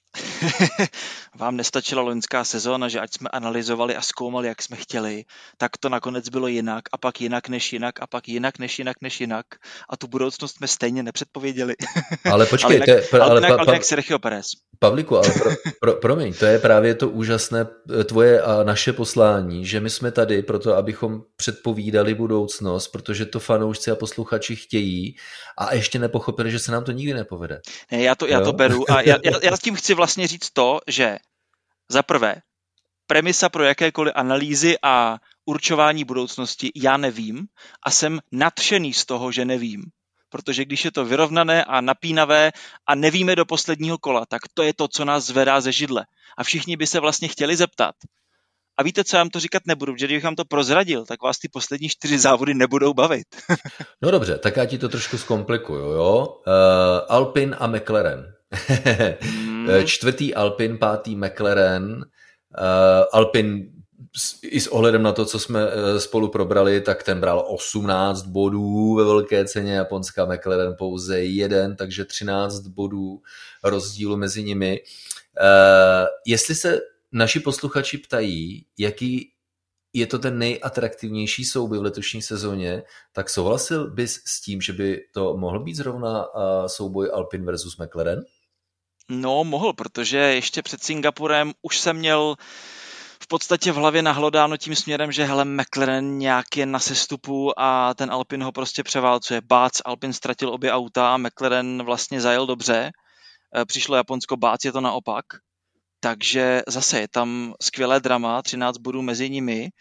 S5: Vám nestačila loňská sezóna, že ať jsme analyzovali a zkoumali, jak jsme chtěli, tak to nakonec bylo jinak a pak jinak než jinak a pak jinak než jinak než jinak a tu budoucnost jsme stejně nepředpověděli.
S3: Ale počkej,
S5: ale
S3: to je,
S5: ale,
S3: ale,
S5: jinak,
S3: pa,
S5: ale
S3: pa,
S5: jinak Sergio Pérez.
S3: Pavlíku, ale pro, pro, promiň, to je právě to úžasné tvoje a naše poslání, že my jsme tady proto, abychom předpovídali budoucnost, protože to fanoušci a posluchači chtějí a ještě nepochopili, že se nám to nikdy nepovede.
S5: Ne, já to, já to beru a já, já, já s tím chci vlastně říct to, že za prvé, premisa pro jakékoliv analýzy a určování budoucnosti já nevím a jsem nadšený z toho, že nevím. Protože když je to vyrovnané a napínavé a nevíme do posledního kola, tak to je to, co nás zvedá ze židle. A všichni by se vlastně chtěli zeptat. A víte, co já vám to říkat nebudu, protože kdybych vám to prozradil, tak vás ty poslední čtyři závody nebudou bavit.
S3: No dobře, tak já ti to trošku zkomplikuju, jo. Uh, Alpine a McLaren. hmm. Čtvrtý Alpine, pátý McLaren. Uh, Alpine i s ohledem na to, co jsme spolu probrali, tak ten bral osmnáct bodů ve velké ceně Japonska, McLaren pouze jeden, takže třináct bodů rozdílu mezi nimi. Uh, jestli se naši posluchači ptají, jaký je to ten nejatraktivnější souboj v letošní sezóně, tak souhlasil bys s tím, že by to mohl být zrovna uh, souboj Alpine versus McLaren?
S5: No, mohl, protože ještě před Singapurem už jsem měl v podstatě v hlavě nahlodáno tím směrem, že hele, McLaren nějak je na sestupu a ten Alpine ho prostě převálcuje. Bác, Alpine ztratil obě auta a McLaren vlastně zajel dobře. Přišlo Japonsko, bác, je to naopak. Takže zase je tam skvělé drama, třináct bodů mezi nimi.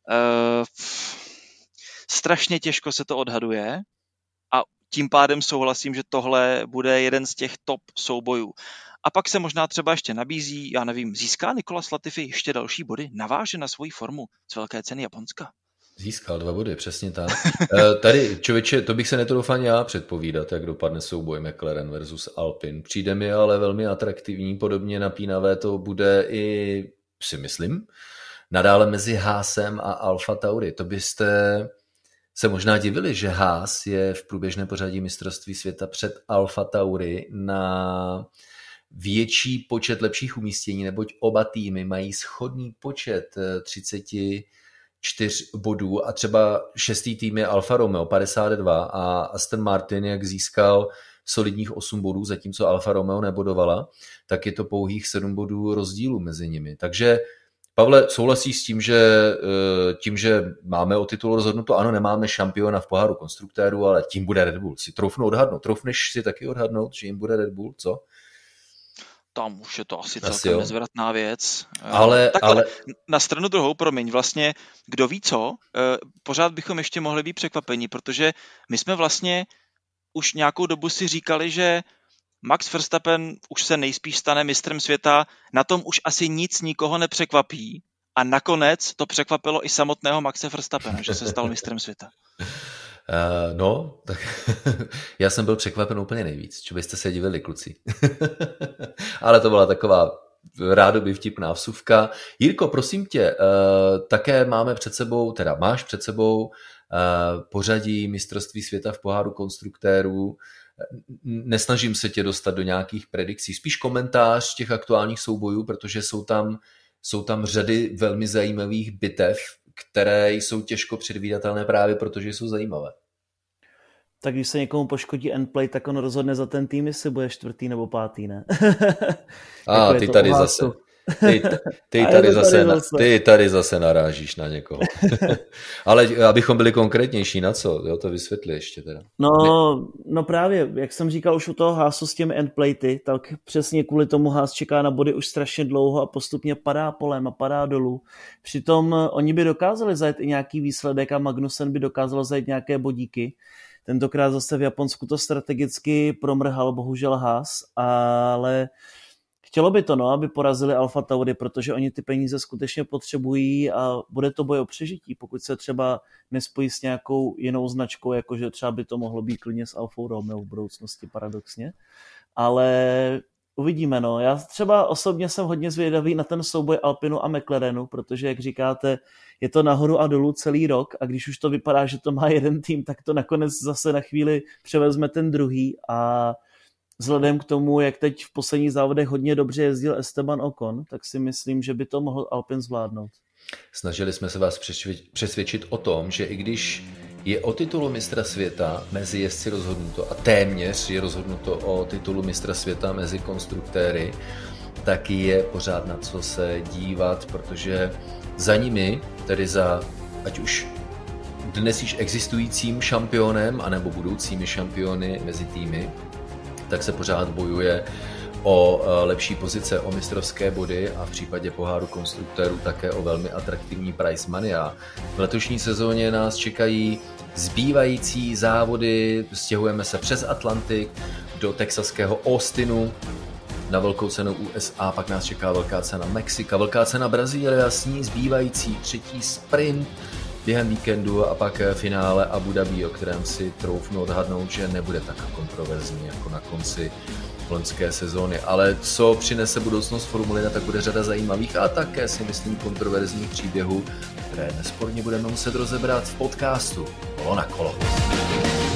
S5: Strašně těžko se to odhaduje a tím pádem souhlasím, že tohle bude jeden z těch top soubojů. A pak se možná třeba ještě nabízí, já nevím, získá Nicolas Latifi ještě další body, naváže na svoji formu z velké ceny Japonska.
S3: Získal dva body, přesně tak. Tady, člověče, to bych se netroufal ani já předpovídat, jak dopadne souboj McLaren versus Alpine. Přijde mi ale velmi atraktivní, podobně napínavé to bude i, si myslím, nadále mezi Haasem a Alfa Tauri. To byste se možná divili, že Haas je v průběžném pořadí mistrovství světa před Alfa Tauri na větší počet lepších umístění, neboť oba týmy mají shodný počet třicet čtyři bodů a třeba šestý tým je Alfa Romeo padesát dva a Aston Martin, jak získal solidních osm bodů, zatímco Alfa Romeo nebodovala, tak je to pouhých sedm bodů rozdílu mezi nimi. Takže Pavle, souhlasíš s tím, že tím, že máme o titul rozhodnuto, ano, nemáme šampiona v poháru konstruktérů, ale tím bude Red Bull. Si troufnu odhadnout. Troufneš si taky odhadnout, že jim bude Red Bull, co?
S5: Tam už je to asi, asi celkem jo. nezvratná věc.
S3: Ale,
S5: Takhle,
S3: ale...
S5: na stranu druhou, promiň, vlastně, kdo ví co, pořád bychom ještě mohli být překvapení, protože my jsme vlastně už nějakou dobu si říkali, že Max Verstappen už se nejspíš stane mistrem světa, na tom už asi nic nikoho nepřekvapí a nakonec to překvapilo i samotného Maxe Verstappena, že se stal mistrem světa.
S3: Uh, no, tak já jsem byl překvapen úplně nejvíc, čo byste se divili, kluci. Ale to byla taková rádoby vtipná vsuvka. Jirko, prosím tě, uh, také máme před sebou, teda máš před sebou uh, pořadí mistrovství světa v poháru konstruktérů. Nesnažím se tě dostat do nějakých predikcí, spíš komentář těch aktuálních soubojů, protože jsou tam, jsou tam řady velmi zajímavých bitev, které jsou těžko předvídatelné právě protože jsou zajímavé.
S4: Tak když se někomu poškodí endplay, tak on rozhodne za ten tým, jestli bude čtvrtý nebo pátý, ne?
S3: A ty tady zase. Ty, ty, tady zase na, ty tady zase narážíš na někoho. Ale abychom byli konkrétnější, na co? Jo, to vysvětli ještě teda.
S4: No, no právě, jak jsem říkal už u toho Haasu s těmi endplaty, tak přesně kvůli tomu Haas čeká na body už strašně dlouho a postupně padá polem a padá dolů. Přitom oni by dokázali zajet i nějaký výsledek a Magnussen by dokázal zajet nějaké bodíky. Tentokrát zase v Japonsku to strategicky promrhal bohužel Haas, ale chtělo by to, no, aby porazili Alfa Tauri, protože oni ty peníze skutečně potřebují a bude to boj o přežití, pokud se třeba nespojí s nějakou jinou značkou, jakože třeba by to mohlo být klidně s Alfou Romeo v budoucnosti paradoxně. Ale uvidíme, no. Já třeba osobně jsem hodně zvědavý na ten souboj Alpinu a McLarenu, protože, jak říkáte, je to nahoru a dolů celý rok a když už to vypadá, že to má jeden tým, tak to nakonec zase na chvíli převezme ten druhý a vzhledem k tomu, jak teď v posledních závodech hodně dobře jezdil Esteban Ocon, tak si myslím, že by to mohl Alpine zvládnout.
S3: Snažili jsme se vás přesvědčit o tom, že i když je o titulu mistra světa mezi jezdci rozhodnuto a téměř je rozhodnuto o titulu mistra světa mezi konstruktéry, tak je pořád na co se dívat, protože za nimi, tedy za ať už dnes již existujícím šampionem anebo budoucími šampiony mezi týmy, tak se pořád bojuje o lepší pozice, o mistrovské body a v případě poháru konstruktérů také o velmi atraktivní prize money. A v letošní sezóně nás čekají zbývající závody, stěhujeme se přes Atlantik do texaského Austinu na velkou cenu U S A, pak nás čeká velká cena Mexika, velká cena Brazílie a s ní zbývající třetí sprint během víkendu a pak finále Abu Dhabi, o kterém si troufnu odhadnout, že nebude tak kontroverzní jako na konci loňské sezóny. Ale co přinese budoucnost Formule jedna, tak bude řada zajímavých a také si myslím kontroverzních příběhů, které nesporně budeme muset rozebrat v podcastu Kolo na kolo.